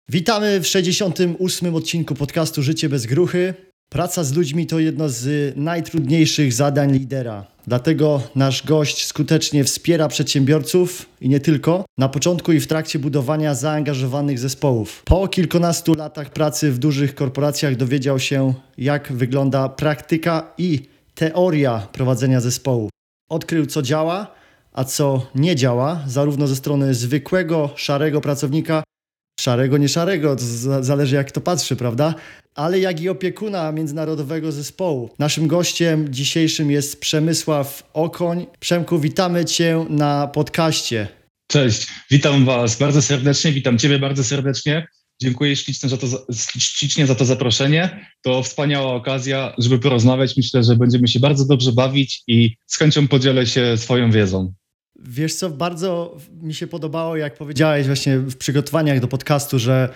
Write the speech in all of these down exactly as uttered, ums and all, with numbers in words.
Witamy w sześćdziesiątym ósmym odcinku podcastu Życie bez gruchy. Praca z ludźmi to jedno z najtrudniejszych zadań lidera. Dlatego nasz gość skutecznie wspiera przedsiębiorców i nie tylko, na początku i w trakcie budowania zaangażowanych zespołów. Po kilkunastu latach pracy w dużych korporacjach dowiedział się, jak wygląda praktyka i teoria prowadzenia zespołu. Odkrył, co działa, a co nie działa, zarówno ze strony zwykłego, szarego pracownika, szarego, nie szarego, to z- zależy jak kto patrzy, prawda? Ale jak i opiekuna międzynarodowego zespołu. Naszym gościem dzisiejszym jest Przemysław Okoń. Przemku, witamy Cię na podcaście. Cześć, witam Was bardzo serdecznie, witam Ciebie bardzo serdecznie. Dziękuję ślicznie za to, ślicznie za to zaproszenie. To wspaniała okazja, żeby porozmawiać. Myślę, że będziemy się bardzo dobrze bawić i z chęcią podzielę się swoją wiedzą. Wiesz co, bardzo mi się podobało, jak powiedziałeś właśnie w przygotowaniach do podcastu, że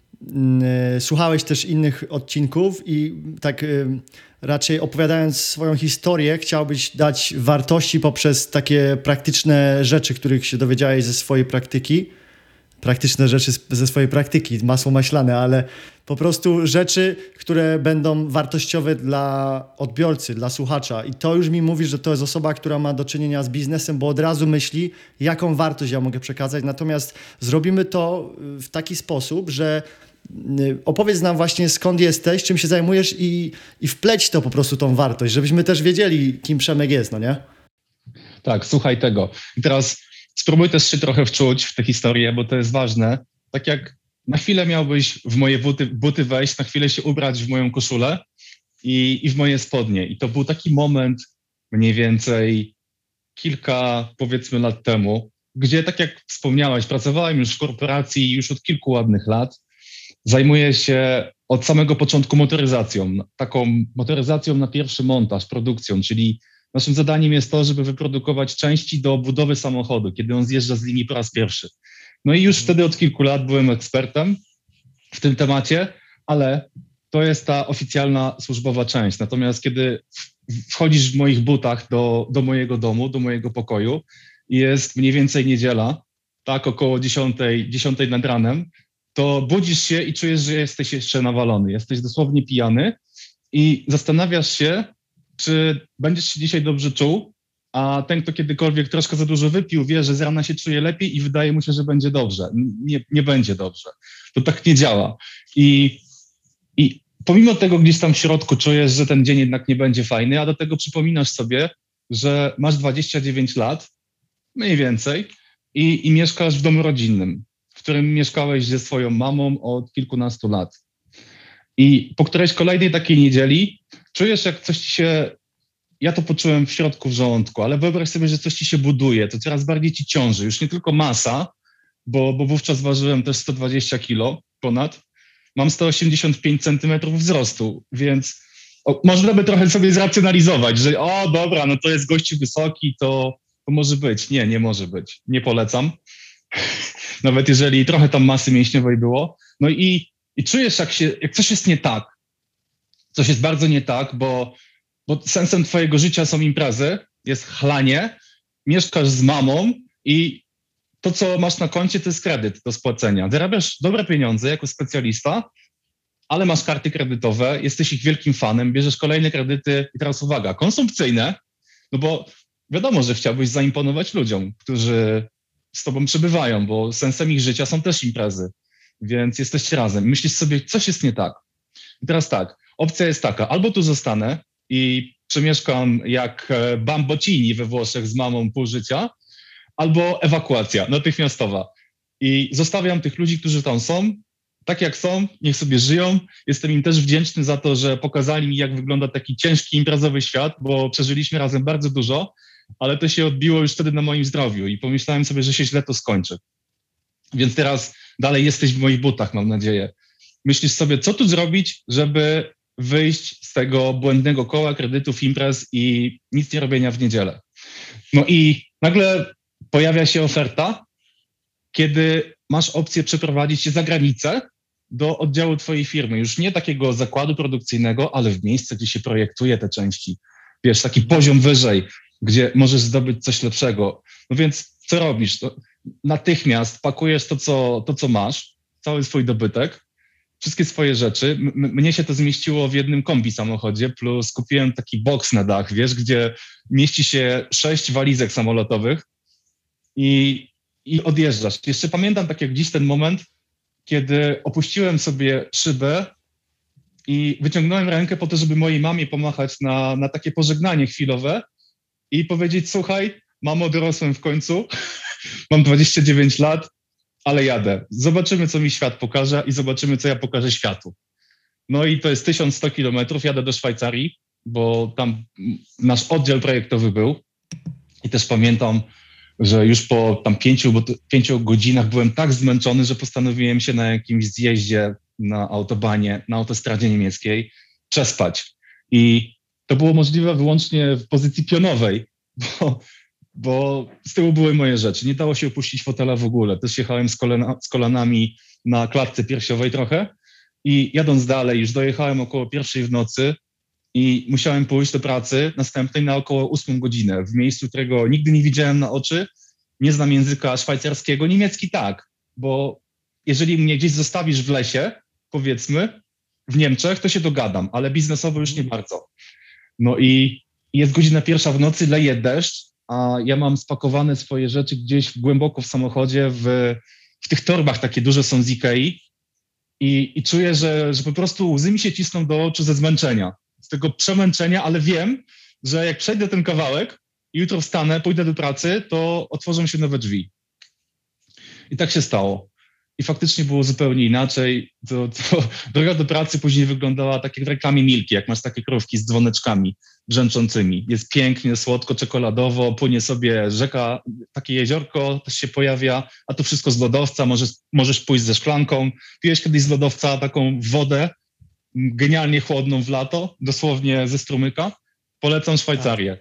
y, słuchałeś też innych odcinków i tak y, raczej opowiadając swoją historię, chciałbyś dać wartości poprzez takie praktyczne rzeczy, których się dowiedziałeś ze swojej praktyki. Praktyczne rzeczy z- ze swojej praktyki, masło maślane, ale po prostu rzeczy, które będą wartościowe dla odbiorcy, dla słuchacza. I to już mi mówi, że to jest osoba, która ma do czynienia z biznesem, bo od razu myśli, jaką wartość ja mogę przekazać. Natomiast zrobimy to w taki sposób, że y, opowiedz nam właśnie, skąd jesteś, czym się zajmujesz i, i wpleć to po prostu tą wartość, żebyśmy też wiedzieli, kim Przemek jest, no nie? Tak, słuchaj tego. I teraz spróbuj też się trochę wczuć w tę historię, bo to jest ważne. Tak jak na chwilę miałbyś w moje buty, buty wejść, na chwilę się ubrać w moją koszulę i, i w moje spodnie. I to był taki moment mniej więcej kilka, powiedzmy, lat temu, gdzie, tak jak wspomniałeś, pracowałem już w korporacji już od kilku ładnych lat. Zajmuję się od samego początku motoryzacją, taką motoryzacją na pierwszy montaż, produkcją, czyli naszym zadaniem jest to, żeby wyprodukować części do budowy samochodu, kiedy on zjeżdża z linii po raz pierwszy. No i już wtedy od kilku lat byłem ekspertem w tym temacie, ale to jest ta oficjalna służbowa część. Natomiast kiedy w- wchodzisz w moich butach do, do mojego domu, do mojego pokoju i jest mniej więcej niedziela, tak około dziesiątej, dziesiątej nad ranem, to budzisz się i czujesz, że jesteś jeszcze nawalony, jesteś dosłownie pijany i zastanawiasz się, czy będziesz się dzisiaj dobrze czuł, a ten, kto kiedykolwiek troszkę za dużo wypił, wie, że z rana się czuje lepiej i wydaje mu się, że będzie dobrze. Nie, nie będzie dobrze. To tak nie działa. I, I pomimo tego gdzieś tam w środku czujesz, że ten dzień jednak nie będzie fajny, a do tego przypominasz sobie, że masz dwadzieścia dziewięć lat, mniej więcej, i, i mieszkasz w domu rodzinnym, w którym mieszkałeś ze swoją mamą od kilkunastu lat. I po którejś kolejnej takiej niedzieli czujesz, jak coś ci się, ja to poczułem w środku w żołądku, ale wyobraź sobie, że coś ci się buduje, to coraz bardziej ci ciąży, już nie tylko masa, bo, bo wówczas ważyłem też sto dwadzieścia kilo ponad, mam sto osiemdziesiąt pięć centymetrów wzrostu, więc o, można by trochę sobie zracjonalizować, że o dobra, no to jest gościu wysoki, to, to może być. Nie, nie może być, nie polecam, nawet jeżeli trochę tam masy mięśniowej było. No i, i czujesz, jak, się, jak coś jest nie tak, coś jest bardzo nie tak, bo, bo sensem twojego życia są imprezy, jest chlanie, mieszkasz z mamą i to, co masz na koncie, to jest kredyt do spłacenia. Zarabiasz dobre pieniądze jako specjalista, ale masz karty kredytowe, jesteś ich wielkim fanem, bierzesz kolejne kredyty i teraz uwaga, konsumpcyjne, no bo wiadomo, że chciałbyś zaimponować ludziom, którzy z tobą przebywają, bo sensem ich życia są też imprezy, więc jesteście razem. Myślisz sobie, coś jest nie tak. I teraz tak, opcja jest taka, albo tu zostanę i przemieszkam jak e, Bambocini we Włoszech z mamą pół życia, albo ewakuacja natychmiastowa. I zostawiam tych ludzi, którzy tam są, tak jak są, niech sobie żyją. Jestem im też wdzięczny za to, że pokazali mi, jak wygląda taki ciężki imprezowy świat, bo przeżyliśmy razem bardzo dużo, ale to się odbiło już wtedy na moim zdrowiu i pomyślałem sobie, że się źle to skończy. Więc teraz dalej jesteś w moich butach, mam nadzieję. Myślisz sobie, co tu zrobić, żeby wyjść z tego błędnego koła kredytów, imprez i nic nie robienia w niedzielę. No i nagle pojawia się oferta, kiedy masz opcję przeprowadzić się za granicę do oddziału twojej firmy. Już nie takiego zakładu produkcyjnego, ale w miejsce, gdzie się projektuje te części. Wiesz, taki poziom wyżej, gdzie możesz zdobyć coś lepszego. No więc co robisz? To natychmiast pakujesz to co, to, co masz, cały swój dobytek, wszystkie swoje rzeczy. M- mnie się to zmieściło w jednym kombi samochodzie, plus kupiłem taki boks na dach, wiesz, gdzie mieści się sześć walizek samolotowych i, i odjeżdżasz. Jeszcze pamiętam tak jak dziś ten moment, kiedy opuściłem sobie szybę i wyciągnąłem rękę po to, żeby mojej mamie pomachać na, na takie pożegnanie chwilowe i powiedzieć, słuchaj, mamo, dorosłem w końcu, mam dwadzieścia dziewięć lat, ale jadę. Zobaczymy, co mi świat pokaże i zobaczymy, co ja pokażę światu. No i to jest tysiąc sto kilometrów, jadę do Szwajcarii, bo tam nasz oddział projektowy był i też pamiętam, że już po tam pięciu, bo pięciu godzinach byłem tak zmęczony, że postanowiłem się na jakimś zjeździe na autobanie, na autostradzie niemieckiej przespać. I to było możliwe wyłącznie w pozycji pionowej, bo, bo z tyłu były moje rzeczy. Nie dało się opuścić fotela w ogóle. Też jechałem z, kolana, z kolanami na klatce piersiowej trochę i jadąc dalej już dojechałem około pierwszej w nocy i musiałem pójść do pracy następnej na około ósmą godzinę w miejscu, którego nigdy nie widziałem na oczy. Nie znam języka szwajcarskiego, niemiecki tak, bo jeżeli mnie gdzieś zostawisz w lesie, powiedzmy, w Niemczech, to się dogadam, ale biznesowo już nie bardzo. No i jest godzina pierwsza w nocy, leje deszcz, a ja mam spakowane swoje rzeczy gdzieś głęboko w samochodzie, w, w tych torbach takie duże są z Ikei i, i czuję, że, że po prostu łzy mi się cisną do oczu ze zmęczenia, z tego przemęczenia, ale wiem, że jak przejdę ten kawałek i jutro wstanę, pójdę do pracy, to otworzą się nowe drzwi. I tak się stało. I faktycznie było zupełnie inaczej. To, to droga do pracy później wyglądała tak jak w reklamie Milki, jak masz takie krówki z dzwoneczkami brzęczącymi. Jest pięknie, słodko, czekoladowo, płynie sobie rzeka, takie jeziorko też się pojawia, a to wszystko z lodowca, możesz, możesz pójść ze szklanką. Piłeś kiedyś z lodowca taką wodę, genialnie chłodną w lato, dosłownie ze strumyka. Polecam Szwajcarię.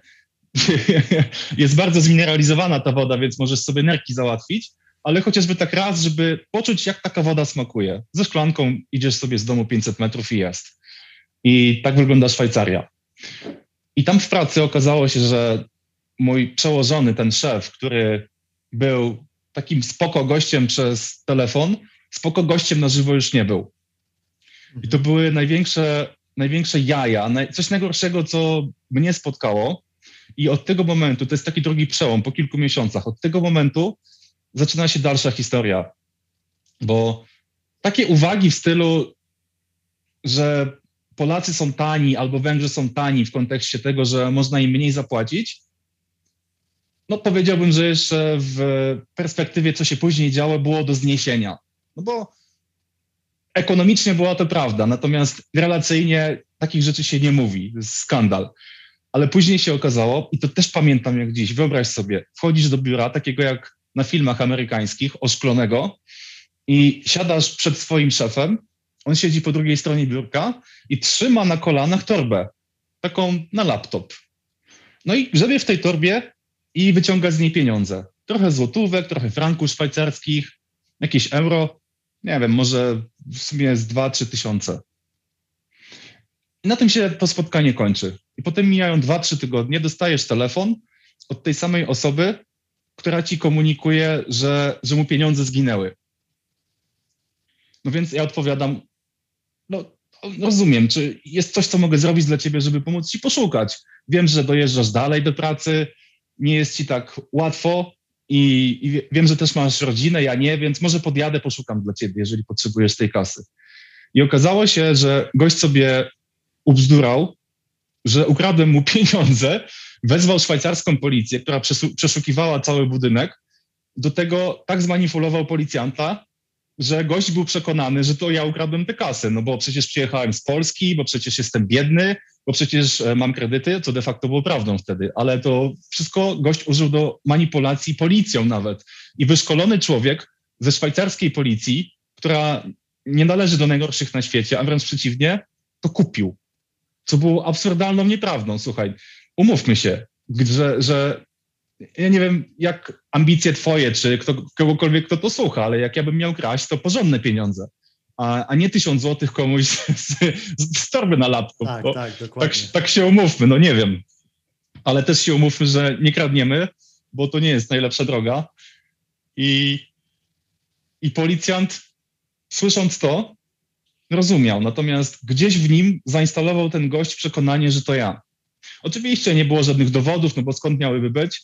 Jest bardzo zmineralizowana ta woda, więc możesz sobie nerki załatwić, ale chociażby tak raz, żeby poczuć, jak taka woda smakuje. Ze szklanką idziesz sobie z domu pięćset metrów i jest. I tak wygląda Szwajcaria. I tam w pracy okazało się, że mój przełożony, ten szef, który był takim spoko gościem przez telefon, spoko gościem na żywo już nie był. I to były największe, największe jaja, coś najgorszego, co mnie spotkało. I od tego momentu, to jest taki drugi przełom po kilku miesiącach, od tego momentu zaczyna się dalsza historia. Bo takie uwagi w stylu, że Polacy są tani albo Węgrzy są tani w kontekście tego, że można im mniej zapłacić, no powiedziałbym, że jeszcze w perspektywie, co się później działo, było do zniesienia. No bo ekonomicznie była to prawda, natomiast relacyjnie takich rzeczy się nie mówi. To jest skandal. Ale później się okazało, i to też pamiętam jak dziś, wyobraź sobie, wchodzisz do biura, takiego jak na filmach amerykańskich, oszklonego i siadasz przed swoim szefem, on siedzi po drugiej stronie biurka i trzyma na kolanach torbę, taką na laptop. No i grzebie w tej torbie i wyciąga z niej pieniądze. Trochę złotówek, trochę franków szwajcarskich, jakieś euro, nie wiem, może w sumie z dwa, trzy tysiące. I na tym się to spotkanie kończy. I potem mijają dwa, trzy tygodnie, dostajesz telefon od tej samej osoby, która ci komunikuje, że, że mu pieniądze zginęły. No więc ja odpowiadam, no rozumiem, czy jest coś, co mogę zrobić dla ciebie, żeby pomóc ci poszukać. Wiem, że dojeżdżasz dalej do pracy, nie jest ci tak łatwo i, i wiem, że też masz rodzinę, ja nie, więc może podjadę, poszukam dla ciebie, jeżeli potrzebujesz tej kasy. I okazało się, że gość sobie ubzdurał, że ukradłem mu pieniądze, wezwał szwajcarską policję, która przeszukiwała cały budynek. Do tego tak zmanipulował policjanta, że gość był przekonany, że to ja ukradłem tę kasę, no bo przecież przyjechałem z Polski, bo przecież jestem biedny, bo przecież mam kredyty, co de facto było prawdą wtedy, ale to wszystko gość użył do manipulacji policją nawet. I wyszkolony człowiek ze szwajcarskiej policji, która nie należy do najgorszych na świecie, a wręcz przeciwnie, to kupił. Co było absurdalną nieprawdą, słuchaj. Umówmy się, że, że ja nie wiem, jak ambicje twoje, czy kto, kogokolwiek, kto to słucha, ale jak ja bym miał kraść, to porządne pieniądze, a, a nie tysiąc złotych komuś z, z, z torby na laptop. Tak, to, tak, dokładnie. Tak, tak się umówmy, no nie wiem. Ale też się umówmy, że nie kradniemy, bo to nie jest najlepsza droga. I, i policjant słysząc to, rozumiał, natomiast gdzieś w nim zainstalował ten gość przekonanie, że to ja. Oczywiście nie było żadnych dowodów, no bo skąd miałyby być?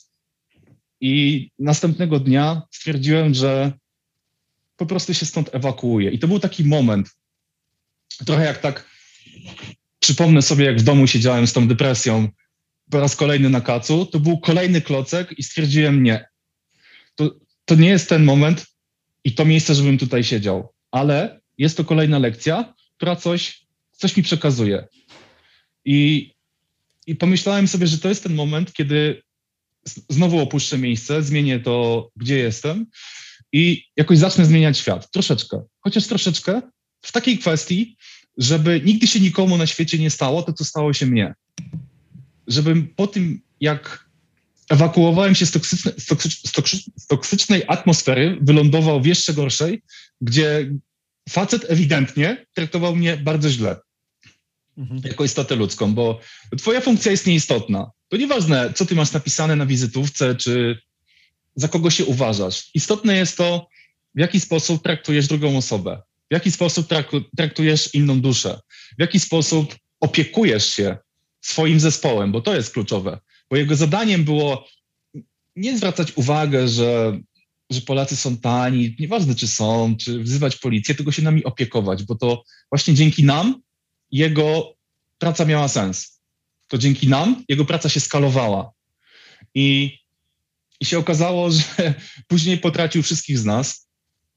I następnego dnia stwierdziłem, że po prostu się stąd ewakuuję. I to był taki moment, trochę jak tak, przypomnę sobie, jak w domu siedziałem z tą depresją po raz kolejny na kacu, to był kolejny klocek i stwierdziłem nie. To, to nie jest ten moment i to miejsce, żebym tutaj siedział, ale jest to kolejna lekcja, która coś, coś mi przekazuje. I, I pomyślałem sobie, że to jest ten moment, kiedy znowu opuszczę miejsce, zmienię to, gdzie jestem i jakoś zacznę zmieniać świat. Troszeczkę, chociaż troszeczkę w takiej kwestii, żeby nigdy się nikomu na świecie nie stało to, co stało się mnie. Żebym po tym, jak ewakuowałem się z, toksyczne, z, toksycz, z, toksycz, z toksycznej atmosfery, wylądował w jeszcze gorszej, gdzie facet ewidentnie traktował mnie bardzo źle. Mhm. Jako istotę ludzką, bo twoja funkcja jest nieistotna. To nieważne, co ty masz napisane na wizytówce, czy za kogo się uważasz. Istotne jest to, w jaki sposób traktujesz drugą osobę, w jaki sposób traktujesz inną duszę, w jaki sposób opiekujesz się swoim zespołem, bo to jest kluczowe. Bo jego zadaniem było nie zwracać uwagi, że, że Polacy są tani, nieważne czy są, czy wzywać policję, tylko się nami opiekować, bo to właśnie dzięki nam jego praca miała sens. To dzięki nam jego praca się skalowała. I, i się okazało, że później potracił wszystkich z nas,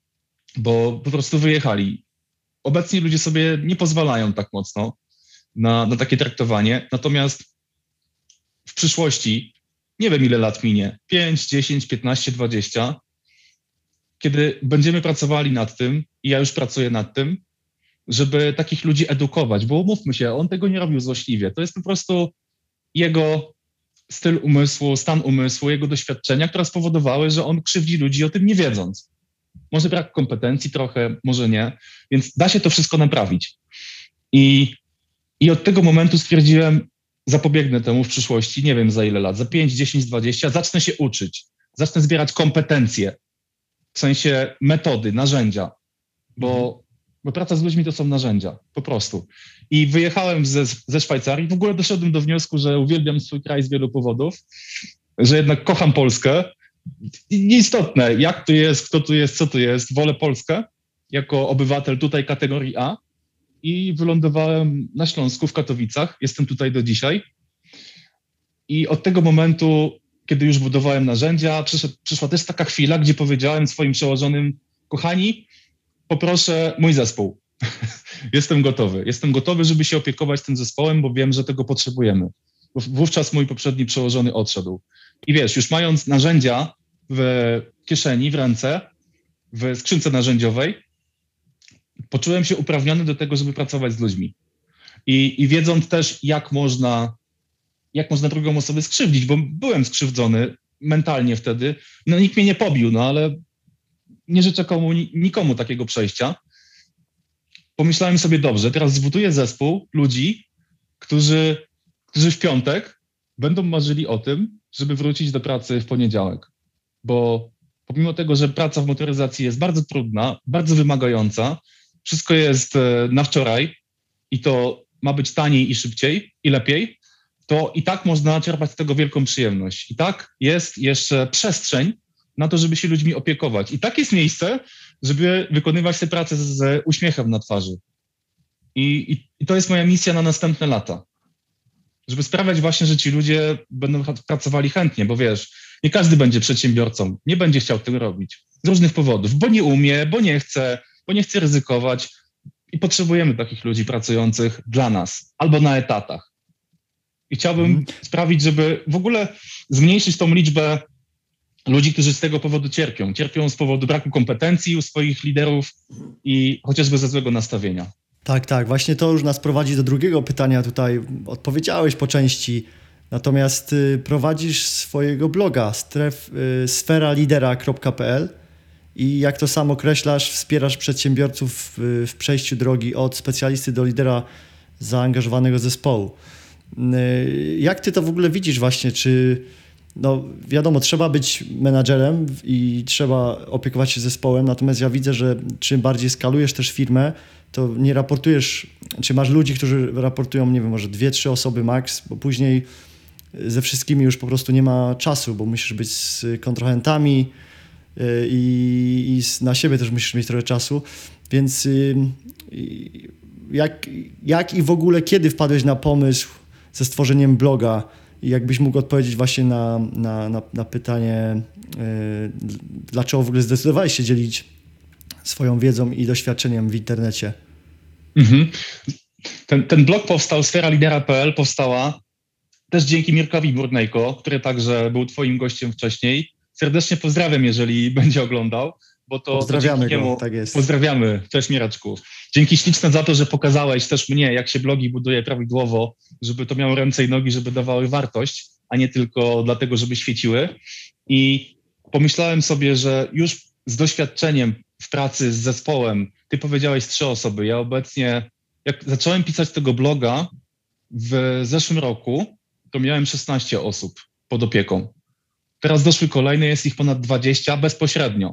bo po prostu wyjechali. Obecnie ludzie sobie nie pozwalają tak mocno na, na takie traktowanie, natomiast w przyszłości, nie wiem ile lat minie, pięć, dziesięć, piętnaście, dwadzieścia, kiedy będziemy pracowali nad tym, i ja już pracuję nad tym, żeby takich ludzi edukować, bo umówmy się, on tego nie robił złośliwie. To jest po prostu jego styl umysłu, stan umysłu, jego doświadczenia, które spowodowały, że on krzywdzi ludzi o tym nie wiedząc. Może brak kompetencji trochę, może nie, więc da się to wszystko naprawić. I, i od tego momentu stwierdziłem, zapobiegnę temu w przyszłości, nie wiem za ile lat, za pięć, dziesięć, dwadzieścia, zacznę się uczyć, zacznę zbierać kompetencje, w sensie metody, narzędzia, bo Bo praca z ludźmi to są narzędzia, po prostu. I wyjechałem ze, ze Szwajcarii, w ogóle doszedłem do wniosku, że uwielbiam swój kraj z wielu powodów, że jednak kocham Polskę. I nieistotne, jak tu jest, kto tu jest, co tu jest, wolę Polskę jako obywatel tutaj kategorii A i wylądowałem na Śląsku w Katowicach, jestem tutaj do dzisiaj. I od tego momentu, kiedy już budowałem narzędzia, przyszedł, przyszła też taka chwila, gdzie powiedziałem swoim przełożonym, kochani, poproszę mój zespół. Jestem gotowy. Jestem gotowy, żeby się opiekować tym zespołem, bo wiem, że tego potrzebujemy. Bo wówczas mój poprzedni przełożony odszedł. I wiesz, już mając narzędzia w kieszeni, w ręce, w skrzynce narzędziowej, poczułem się uprawniony do tego, żeby pracować z ludźmi. I, i wiedząc też, jak można, jak można drugą osobę skrzywdzić, bo byłem skrzywdzony mentalnie wtedy. No nikt mnie nie pobił, no ale nie życzę komu, nikomu takiego przejścia. Pomyślałem sobie, dobrze, teraz zbuduję zespół ludzi, którzy, którzy w piątek będą marzyli o tym, żeby wrócić do pracy w poniedziałek. Bo pomimo tego, że praca w motoryzacji jest bardzo trudna, bardzo wymagająca, wszystko jest na wczoraj i to ma być taniej i szybciej i lepiej, to i tak można czerpać z tego wielką przyjemność. I tak jest jeszcze przestrzeń na to, żeby się ludźmi opiekować. I tak jest miejsce, żeby wykonywać tę pracę z, z uśmiechem na twarzy. I, i, I to jest moja misja na następne lata. Żeby sprawiać właśnie, że ci ludzie będą pracowali chętnie, bo wiesz, nie każdy będzie przedsiębiorcą, nie będzie chciał tego robić. Z różnych powodów, bo nie umie, bo nie chce, bo nie chce ryzykować. I potrzebujemy takich ludzi pracujących dla nas, albo na etatach. I chciałbym hmm. sprawić, żeby w ogóle zmniejszyć tą liczbę ludzi, którzy z tego powodu cierpią. Cierpią z powodu braku kompetencji u swoich liderów i chociażby ze złego nastawienia. Tak, tak. Właśnie to już nas prowadzi do drugiego pytania. Tutaj odpowiedziałeś po części. Natomiast y, prowadzisz swojego bloga stref, y, sfera lidera kropka p l i jak to sam określasz, wspierasz przedsiębiorców w, w przejściu drogi od specjalisty do lidera zaangażowanego zespołu. Y, jak ty to w ogóle widzisz właśnie? Czy no wiadomo, trzeba być menadżerem i trzeba opiekować się zespołem, natomiast ja widzę, że czym bardziej skalujesz też firmę, to nie raportujesz, czy masz ludzi, którzy raportują, nie wiem, może dwie, trzy osoby max, bo później ze wszystkimi już po prostu nie ma czasu, bo musisz być z kontrahentami i, i na siebie też musisz mieć trochę czasu, więc jak, jak i w ogóle kiedy wpadłeś na pomysł ze stworzeniem bloga i jakbyś mógł odpowiedzieć właśnie na, na, na, na pytanie, yy, dlaczego w ogóle zdecydowałeś się dzielić swoją wiedzą i doświadczeniem w internecie? Mhm. Ten, ten blog powstał, sfera lidera kropka p l powstała też dzięki Mirkowi Burnejko, który także był twoim gościem wcześniej. Serdecznie pozdrawiam, jeżeli będzie oglądał, bo to pozdrawiamy to dzięki go, niemu, tak jest. Pozdrawiamy, cześć Mireczku. Dzięki śliczne za to, że pokazałeś też mnie, jak się blogi buduje prawidłowo, żeby to miało ręce i nogi, żeby dawały wartość, a nie tylko dlatego, żeby świeciły. I pomyślałem sobie, że już z doświadczeniem w pracy z zespołem, ty powiedziałeś trzy osoby, ja obecnie, jak zacząłem pisać tego bloga w zeszłym roku, to miałem szesnaście osób pod opieką. Teraz doszły kolejne, jest ich ponad dwadzieścia bezpośrednio,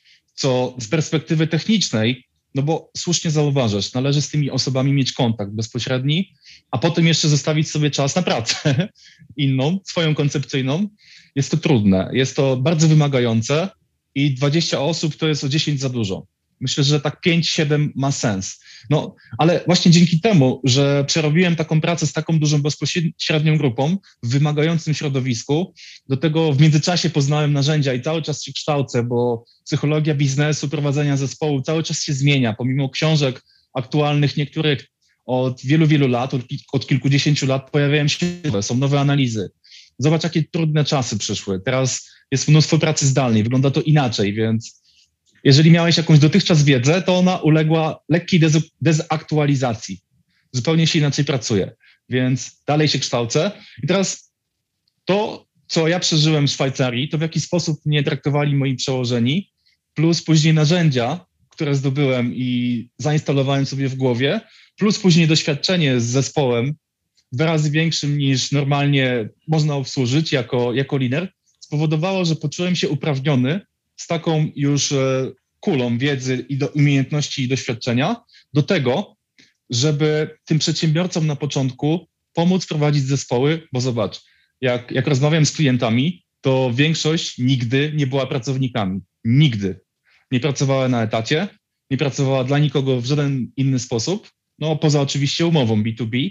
co z perspektywy technicznej, no bo słusznie zauważasz, należy z tymi osobami mieć kontakt bezpośredni, a potem jeszcze zostawić sobie czas na pracę inną, swoją koncepcyjną. Jest to trudne, jest to bardzo wymagające i dwadzieścia osób to jest o dziesięć za dużo. Myślę, że tak pięć siedem ma sens. No, ale właśnie dzięki temu, że przerobiłem taką pracę z taką dużą bezpośrednią grupą w wymagającym środowisku, do tego w międzyczasie poznałem narzędzia i cały czas się kształcę, bo psychologia biznesu, prowadzenia zespołu cały czas się zmienia, pomimo książek aktualnych niektórych od wielu, wielu lat, od, od kilkudziesięciu lat pojawiają się nowe, są nowe analizy. Zobacz, jakie trudne czasy przyszły. Teraz jest mnóstwo pracy zdalnej, wygląda to inaczej, więc jeżeli miałeś jakąś dotychczas wiedzę, to ona uległa lekkiej dez- dezaktualizacji. Zupełnie się inaczej pracuje, więc dalej się kształcę. I teraz to, co ja przeżyłem w Szwajcarii, to w jaki sposób mnie traktowali moi przełożeni, plus później narzędzia, które zdobyłem i zainstalowałem sobie w głowie, plus później doświadczenie z zespołem dwa razy większym niż normalnie można obsłużyć jako, jako lider, spowodowało, że poczułem się uprawniony z taką już kulą wiedzy i do, umiejętności i doświadczenia do tego, żeby tym przedsiębiorcom na początku pomóc prowadzić zespoły, bo zobacz, jak, jak rozmawiam z klientami, to większość nigdy nie była pracownikami. Nigdy. Nie pracowała na etacie, nie pracowała dla nikogo w żaden inny sposób, no poza oczywiście umową B dwa B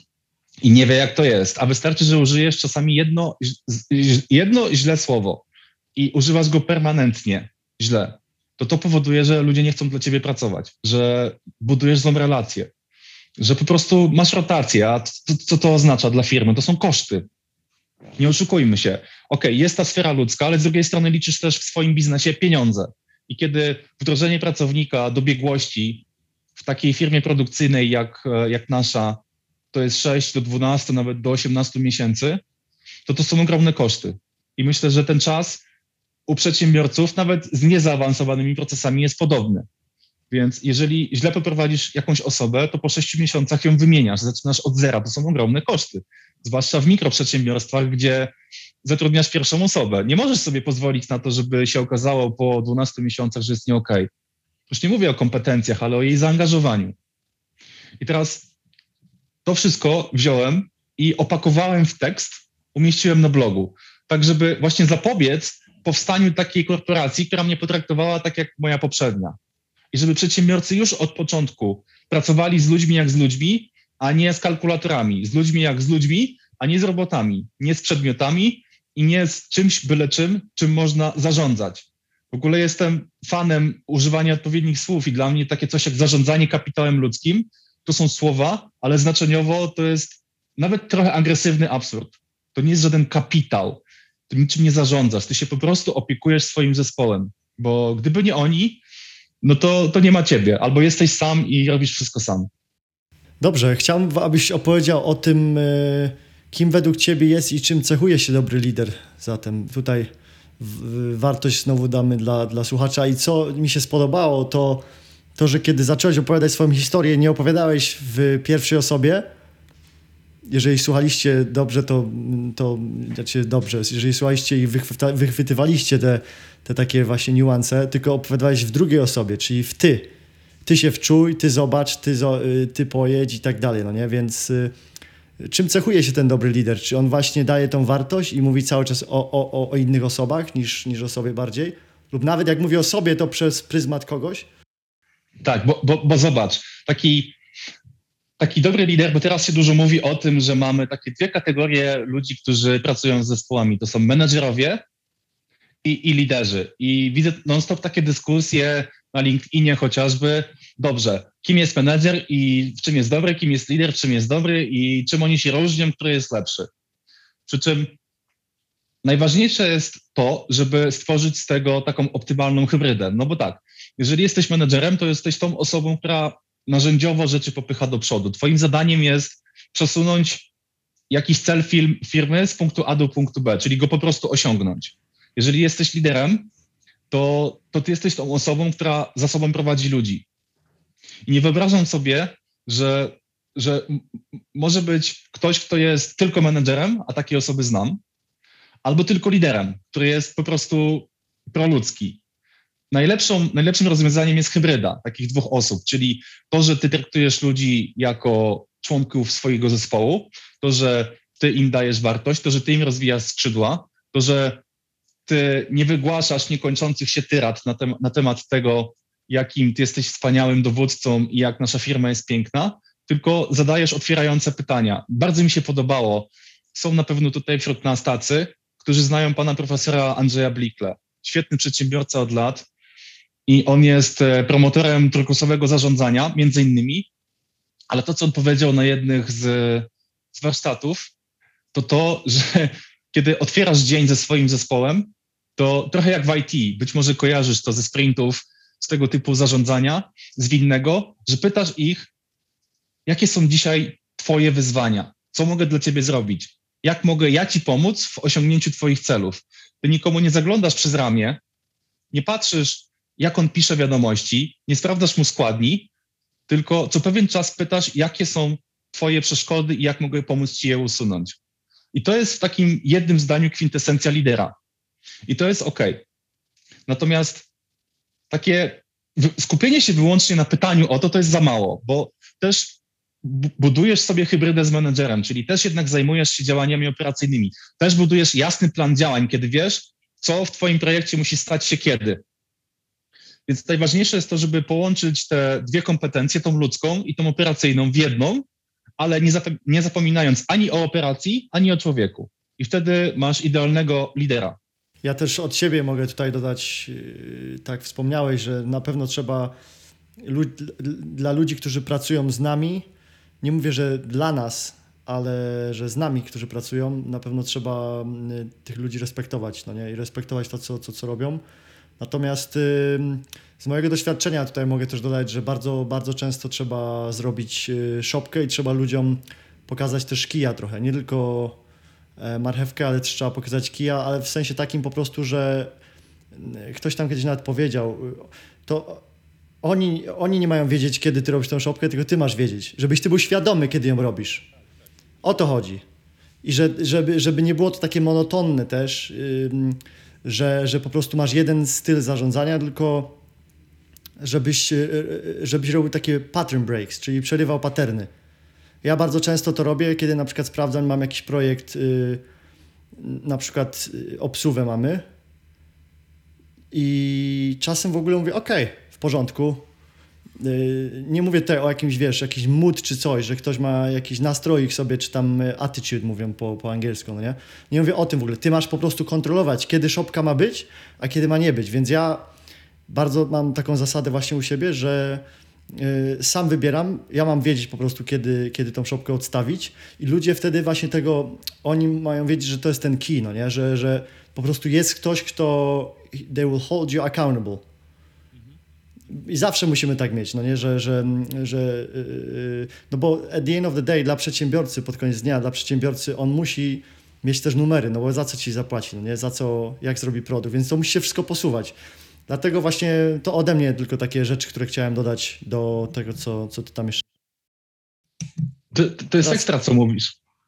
i nie wie, jak to jest, a wystarczy, że użyjesz czasami jedno, jedno źle słowo i używasz go permanentnie źle, to to powoduje, że ludzie nie chcą dla ciebie pracować, że budujesz złą relację, że po prostu masz rotację, a co, co to oznacza dla firmy? To są koszty. Nie oszukujmy się. Okej, jest ta sfera ludzka, ale z drugiej strony liczysz też w swoim biznesie pieniądze. I kiedy wdrożenie pracownika do biegłości w takiej firmie produkcyjnej jak, jak nasza, to jest sześć do dwunastu, nawet do osiemnastu miesięcy, to to są ogromne koszty. I myślę, że ten czas u przedsiębiorców, nawet z niezaawansowanymi procesami, jest podobny. Więc jeżeli źle poprowadzisz jakąś osobę, to po sześciu miesiącach ją wymieniasz, zaczynasz od zera. To są ogromne koszty. Zwłaszcza w mikroprzedsiębiorstwach, gdzie zatrudniasz pierwszą osobę. Nie możesz sobie pozwolić na to, żeby się okazało po dwunastu miesiącach, że jest nie okej. Już nie mówię o kompetencjach, ale o jej zaangażowaniu. I teraz to wszystko wziąłem i opakowałem w tekst, umieściłem na blogu, tak żeby właśnie zapobiec powstaniu takiej korporacji, która mnie potraktowała tak jak moja poprzednia. I żeby przedsiębiorcy już od początku pracowali z ludźmi jak z ludźmi, a nie z kalkulatorami, z ludźmi jak z ludźmi, a nie z robotami, nie z przedmiotami i nie z czymś byle czym, czym można zarządzać. W ogóle jestem fanem używania odpowiednich słów i dla mnie takie coś jak zarządzanie kapitałem ludzkim to są słowa, ale znaczeniowo to jest nawet trochę agresywny absurd. To nie jest żaden kapitał, ty niczym nie zarządzasz, ty się po prostu opiekujesz swoim zespołem, bo gdyby nie oni, no to, to nie ma ciebie, albo jesteś sam i robisz wszystko sam. Dobrze, chciałbym, abyś opowiedział o tym, kim według ciebie jest i czym cechuje się dobry lider. Zatem tutaj wartość znowu damy dla, dla słuchacza. I co mi się spodobało, to to, że kiedy zacząłeś opowiadać swoją historię, nie opowiadałeś w pierwszej osobie, jeżeli słuchaliście dobrze, to, to znaczy dobrze, jeżeli słuchaliście i wychwyta, wychwytywaliście te, te takie właśnie niuanse, tylko opowiadałeś w drugiej osobie, czyli w ty. Ty się wczuj, ty zobacz, ty, ty pojedź i tak dalej, no nie? Więc y, czym cechuje się ten dobry lider? Czy on właśnie daje tą wartość i mówi cały czas o, o, o innych osobach niż, niż o sobie bardziej? Lub nawet jak mówi o sobie, to przez pryzmat kogoś? Tak, bo, bo, bo zobacz, taki, taki dobry lider, bo teraz się dużo mówi o tym, że mamy takie dwie kategorie ludzi, którzy pracują z zespołami. To są menedżerowie i, i liderzy. I widzę non-stop takie dyskusje na LinkedInie chociażby. Dobrze, kim jest menedżer i w czym jest dobry, kim jest lider, w czym jest dobry i czym oni się różnią, który jest lepszy. Przy czym najważniejsze jest to, żeby stworzyć z tego taką optymalną hybrydę. No bo tak, jeżeli jesteś menedżerem, to jesteś tą osobą, która narzędziowo rzeczy popycha do przodu. Twoim zadaniem jest przesunąć jakiś cel firmy z punktu A do punktu B, czyli go po prostu osiągnąć. Jeżeli jesteś liderem, to, to ty jesteś tą osobą, która za sobą prowadzi ludzi. I nie wyobrażam sobie, że, że m- może być ktoś, kto jest tylko menedżerem, a takie osoby znam, albo tylko liderem, który jest po prostu proludzki. Najlepszą, najlepszym rozwiązaniem jest hybryda takich dwóch osób, czyli to, że ty traktujesz ludzi jako członków swojego zespołu, to, że ty im dajesz wartość, to, że ty im rozwijasz skrzydła, to, że ty nie wygłaszasz niekończących się tyrad na, tem- na temat tego, jakim ty jesteś wspaniałym dowódcą i jak nasza firma jest piękna, tylko zadajesz otwierające pytania. Bardzo mi się podobało. Są na pewno tutaj wśród nas tacy, którzy znają pana profesora Andrzeja Blikle. Świetny przedsiębiorca od lat i on jest promotorem turkusowego zarządzania, między innymi, ale to, co on powiedział na jednych z, z warsztatów, to to, że kiedy otwierasz dzień ze swoim zespołem, to trochę jak w I T, być może kojarzysz to ze sprintów, z tego typu zarządzania zwinnego, że pytasz ich, jakie są dzisiaj twoje wyzwania, co mogę dla ciebie zrobić, jak mogę ja ci pomóc w osiągnięciu twoich celów. Ty nikomu nie zaglądasz przez ramię, nie patrzysz, jak on pisze wiadomości, nie sprawdzasz mu składni, tylko co pewien czas pytasz, jakie są twoje przeszkody i jak mogę pomóc ci je usunąć. I to jest w takim jednym zdaniu kwintesencja lidera. I to jest OK. Natomiast takie skupienie się wyłącznie na pytaniu o to, to jest za mało, bo też budujesz sobie hybrydę z menedżerem, czyli też jednak zajmujesz się działaniami operacyjnymi. Też budujesz jasny plan działań, kiedy wiesz, co w twoim projekcie musi stać się kiedy. Więc najważniejsze jest to, żeby połączyć te dwie kompetencje, tą ludzką i tą operacyjną w jedną, ale nie, zap- nie zapominając ani o operacji, ani o człowieku. I wtedy masz idealnego lidera. Ja też od siebie mogę tutaj dodać, tak wspomniałeś, że na pewno trzeba lud- dla ludzi, którzy pracują z nami, nie mówię, że dla nas, ale że z nami, którzy pracują, na pewno trzeba tych ludzi respektować, no nie? I respektować to, co, co, co robią. Natomiast z mojego doświadczenia tutaj mogę też dodać, że bardzo, bardzo często trzeba zrobić szopkę i trzeba ludziom pokazać też kija trochę, nie tylko marchewkę, ale też trzeba pokazać kija, ale w sensie takim po prostu, że ktoś tam kiedyś nawet powiedział, to oni, oni nie mają wiedzieć, kiedy ty robisz tą szopkę, tylko ty masz wiedzieć, żebyś ty był świadomy, kiedy ją robisz. O to chodzi. I że, żeby, żeby nie było to takie monotonne też, yy, że, że po prostu masz jeden styl zarządzania, tylko żebyś, yy, żebyś robił takie pattern breaks, czyli przerywał paterny. Ja bardzo często to robię, kiedy na przykład sprawdzam, mam jakiś projekt, yy, na przykład obsługę mamy i czasem w ogóle mówię, okej, okay, w porządku. Yy, nie mówię tutaj o jakimś, wiesz, jakiś mood czy coś, że ktoś ma jakiś nastroik sobie, czy tam attitude mówią po, po angielsku, no nie? Nie mówię o tym w ogóle. Ty masz po prostu kontrolować, kiedy szopka ma być, a kiedy ma nie być. Więc ja bardzo mam taką zasadę właśnie u siebie, że yy, sam wybieram, ja mam wiedzieć po prostu, kiedy, kiedy tą szopkę odstawić i ludzie wtedy właśnie tego, oni mają wiedzieć, że to jest ten key, no nie? Że, że po prostu jest ktoś, kto they will hold you accountable. I zawsze musimy tak mieć, no nie, że, że, że yy, no bo at the end of the day dla przedsiębiorcy, pod koniec dnia, dla przedsiębiorcy on musi mieć też numery, no bo za co ci zapłaci, no nie, za co, jak zrobi produkt, więc to musi się wszystko posuwać. Dlatego właśnie to ode mnie tylko takie rzeczy, które chciałem dodać do tego, co, co ty tam jeszcze... To, to jest Teraz... ekstra, co mówisz.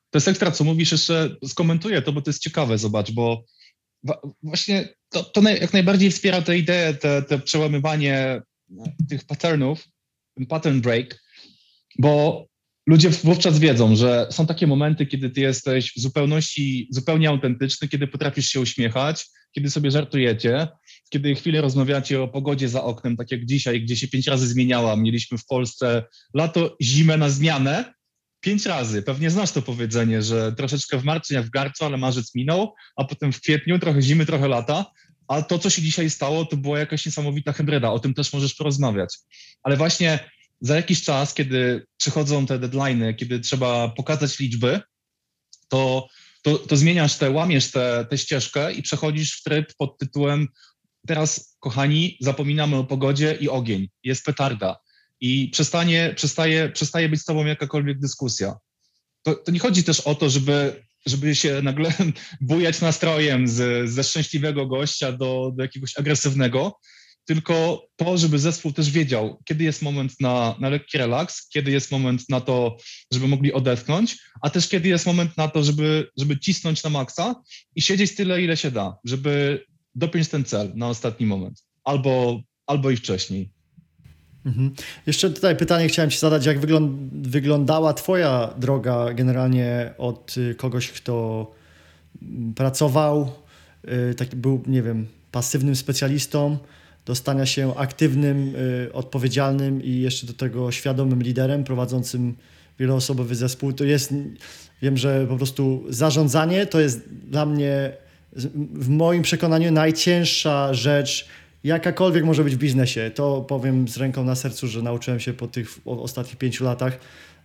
To jest ekstra, co mówisz, jeszcze skomentuję to, bo to jest ciekawe, zobacz, bo właśnie to, to jak najbardziej wspiera tę ideę, te, te przełamywanie tych patternów, ten pattern break, bo ludzie wówczas wiedzą, że są takie momenty, kiedy ty jesteś w zupełności, zupełnie autentyczny, kiedy potrafisz się uśmiechać, kiedy sobie żartujecie, kiedy chwilę rozmawiacie o pogodzie za oknem, tak jak dzisiaj, gdzie się pięć razy zmieniała. Mieliśmy w Polsce lato, zimę na zmianę, pięć razy. Pewnie znasz to powiedzenie, że troszeczkę w marcu jak w garcu, ale marzec minął, a potem w kwietniu trochę zimy, trochę lata. A to, co się dzisiaj stało, to była jakaś niesamowita hybryda. O tym też możesz porozmawiać. Ale właśnie za jakiś czas, kiedy przychodzą te deadline'y, kiedy trzeba pokazać liczby, to, to, to zmieniasz te, łamiesz tę ścieżkę i przechodzisz w tryb pod tytułem teraz, kochani, zapominamy o pogodzie i ogień. Jest petarda. I przestanie, przestaje, przestaje być z tobą jakakolwiek dyskusja. To, to nie chodzi też o to, żeby, żeby się nagle bujać nastrojem z, ze szczęśliwego gościa do, do jakiegoś agresywnego, tylko to, żeby zespół też wiedział, kiedy jest moment na, na lekki relaks, kiedy jest moment na to, żeby mogli odetchnąć, a też kiedy jest moment na to, żeby, żeby cisnąć na maksa i siedzieć tyle, ile się da, żeby dopiąć ten cel na ostatni moment, albo, albo i wcześniej. Mhm. Jeszcze tutaj pytanie chciałem ci zadać, jak wygląd- wyglądała twoja droga generalnie od y, kogoś, kto pracował, y, taki był, nie wiem, pasywnym specjalistą, do stania się aktywnym, y, odpowiedzialnym i jeszcze do tego świadomym liderem prowadzącym wieloosobowy zespół. To jest, wiem, że po prostu zarządzanie to jest dla mnie w moim przekonaniu najcięższa rzecz, jakakolwiek może być w biznesie. To powiem z ręką na sercu, że nauczyłem się po tych ostatnich pięciu latach.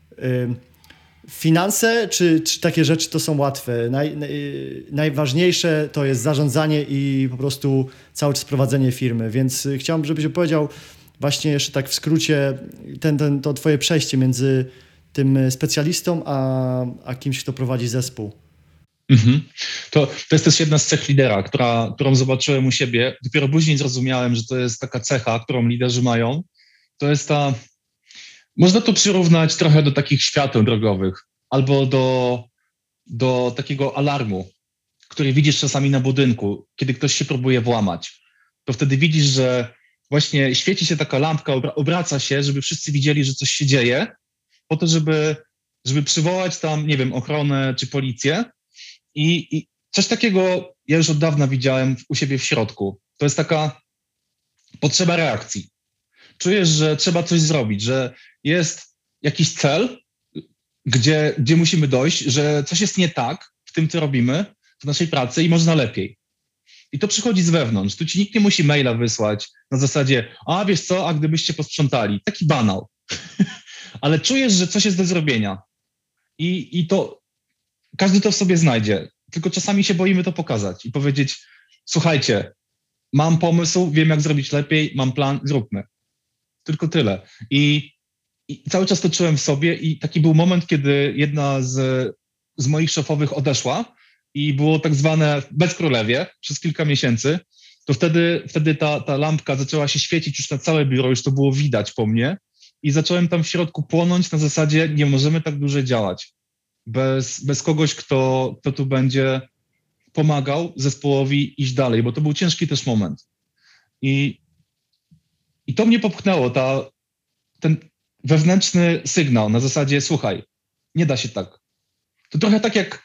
Finanse czy, czy takie rzeczy to są łatwe. Naj, naj, najważniejsze to jest zarządzanie i po prostu całe czas prowadzenie firmy. Więc chciałbym, żebyś opowiedział właśnie jeszcze tak w skrócie ten, ten, to twoje przejście między tym specjalistą a, a kimś, kto prowadzi zespół. Mhm. To, to jest też jedna z cech lidera, która, którą zobaczyłem u siebie. Dopiero później zrozumiałem, że to jest taka cecha, którą liderzy mają. To jest ta... Można to przyrównać trochę do takich świateł drogowych albo do, do takiego alarmu, który widzisz czasami na budynku, kiedy ktoś się próbuje włamać. To wtedy widzisz, że właśnie świeci się taka lampka, obraca się, żeby wszyscy widzieli, że coś się dzieje, po to, żeby, żeby przywołać tam, nie wiem, ochronę czy policję. I, I coś takiego ja już od dawna widziałem u siebie w środku. To jest taka potrzeba reakcji. Czujesz, że trzeba coś zrobić, że jest jakiś cel, gdzie, gdzie musimy dojść, że coś jest nie tak w tym, co robimy, w naszej pracy i można lepiej. I to przychodzi z wewnątrz. Tu ci nikt nie musi maila wysłać na zasadzie, a wiesz co, a gdybyście posprzątali. Taki banał. Ale czujesz, że coś jest do zrobienia. I, i to każdy to w sobie znajdzie. Tylko czasami się boimy to pokazać i powiedzieć, słuchajcie, mam pomysł, wiem jak zrobić lepiej, mam plan, zróbmy. Tylko tyle. I, i cały czas to czułem w sobie i taki był moment, kiedy jedna z, z moich szefowych odeszła i było tak zwane bezkrólewie przez kilka miesięcy, to wtedy, wtedy ta, ta lampka zaczęła się świecić już na całe biuro, już to było widać po mnie i zacząłem tam w środku płonąć na zasadzie nie możemy tak dłużej działać. Bez, bez kogoś, kto, kto tu będzie pomagał zespołowi iść dalej, bo to był ciężki też moment. I, i to mnie popchnęło, ta, ten wewnętrzny sygnał na zasadzie słuchaj, nie da się tak. To trochę tak jak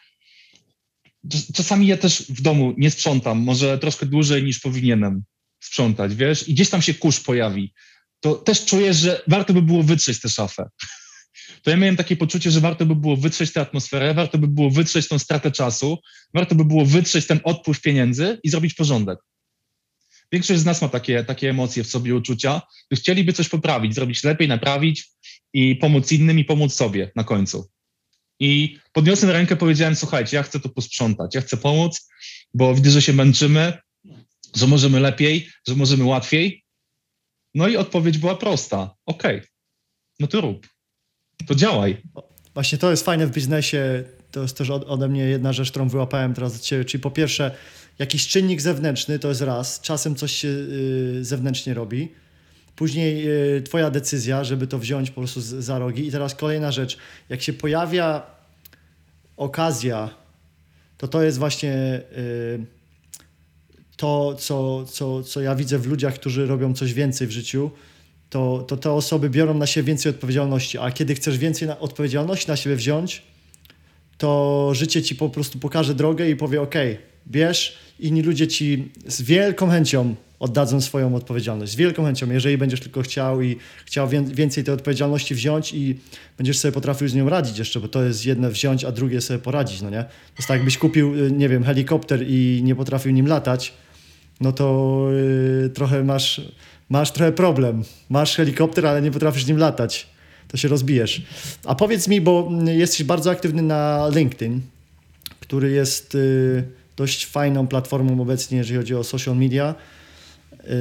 czasami ja też w domu nie sprzątam, może troszkę dłużej niż powinienem sprzątać, wiesz, i gdzieś tam się kurz pojawi. To też czujesz, że warto by było wytrzeć tę szafę. To ja miałem takie poczucie, że warto by było wytrzeć tę atmosferę, warto by było wytrzeć tą stratę czasu, warto by było wytrzeć ten odpływ pieniędzy i zrobić porządek. Większość z nas ma takie, takie emocje w sobie, uczucia, że chcieliby coś poprawić, zrobić lepiej, naprawić i pomóc innym i pomóc sobie na końcu. I podniosłem rękę, powiedziałem, słuchajcie, ja chcę to posprzątać, ja chcę pomóc, bo widzę, że się męczymy, że możemy lepiej, że możemy łatwiej. No i odpowiedź była prosta. Okej, okay, no to rób. To działaj. Właśnie to jest fajne w biznesie, to jest też ode mnie jedna rzecz, którą wyłapałem teraz od ciebie, czyli po pierwsze jakiś czynnik zewnętrzny, to jest raz, czasem coś się y, zewnętrznie robi, później y, twoja decyzja, żeby to wziąć po prostu z, za rogi i teraz kolejna rzecz, jak się pojawia okazja, to to jest właśnie y, to, co, co, co ja widzę w ludziach, którzy robią coś więcej w życiu, to, to te osoby biorą na siebie więcej odpowiedzialności, a kiedy chcesz więcej na, odpowiedzialności na siebie wziąć, to życie ci po prostu pokaże drogę i powie ok, bierz, inni ludzie ci z wielką chęcią oddadzą swoją odpowiedzialność, z wielką chęcią, jeżeli będziesz tylko chciał i chciał więcej tej odpowiedzialności wziąć i będziesz sobie potrafił z nią radzić jeszcze, bo to jest jedno wziąć, a drugie sobie poradzić, no nie? To jest tak, jakbyś kupił, nie wiem, helikopter i nie potrafił nim latać, no to yy, trochę masz, masz trochę problem. Masz helikopter, ale nie potrafisz nim latać. To się rozbijesz. A powiedz mi, bo jesteś bardzo aktywny na LinkedIn, który jest yy, dość fajną platformą obecnie, jeżeli chodzi o social media. Yy,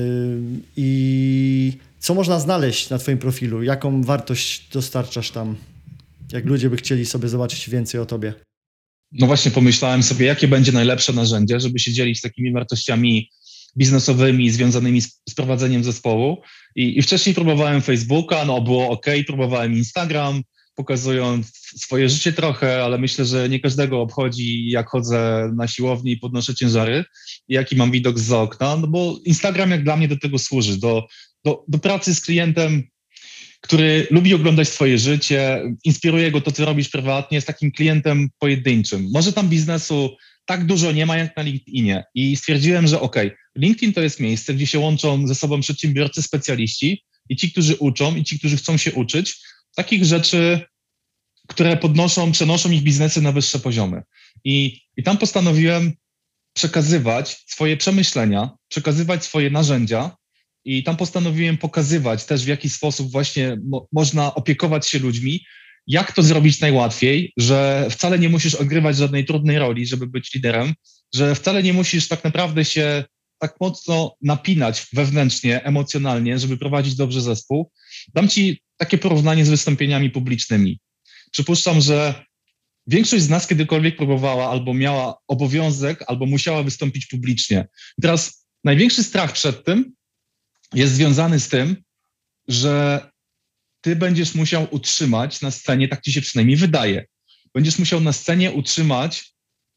I co można znaleźć na twoim profilu? Jaką wartość dostarczasz tam? Jak ludzie by chcieli sobie zobaczyć więcej o tobie? No właśnie pomyślałem sobie, jakie będzie najlepsze narzędzie, żeby się dzielić takimi wartościami biznesowymi związanymi z, z prowadzeniem zespołu. I, I wcześniej próbowałem Facebooka, no było ok, próbowałem Instagram, pokazując swoje życie trochę, ale myślę, że nie każdego obchodzi, jak chodzę na siłowni i podnoszę ciężary, jaki mam widok z okna, no bo Instagram jak dla mnie do tego służy, do, do, do pracy z klientem, który lubi oglądać swoje życie, inspiruje go to, co robisz prywatnie, jest takim klientem pojedynczym. Może tam biznesu tak dużo nie ma jak na LinkedInie i stwierdziłem, że okej, okay, LinkedIn to jest miejsce, gdzie się łączą ze sobą przedsiębiorcy, specjaliści i ci, którzy uczą i ci, którzy chcą się uczyć takich rzeczy, które podnoszą, przenoszą ich biznesy na wyższe poziomy. I, i tam postanowiłem przekazywać swoje przemyślenia, przekazywać swoje narzędzia i tam postanowiłem pokazywać też, w jaki sposób właśnie mo- można opiekować się ludźmi, jak to zrobić najłatwiej, że wcale nie musisz odgrywać żadnej trudnej roli, żeby być liderem, że wcale nie musisz tak naprawdę się tak mocno napinać wewnętrznie, emocjonalnie, żeby prowadzić dobrze zespół. Dam ci takie porównanie z wystąpieniami publicznymi. Przypuszczam, że większość z nas kiedykolwiek próbowała albo miała obowiązek, albo musiała wystąpić publicznie. I teraz największy strach przed tym jest związany z tym, że ty będziesz musiał utrzymać na scenie, tak ci się przynajmniej wydaje, będziesz musiał na scenie utrzymać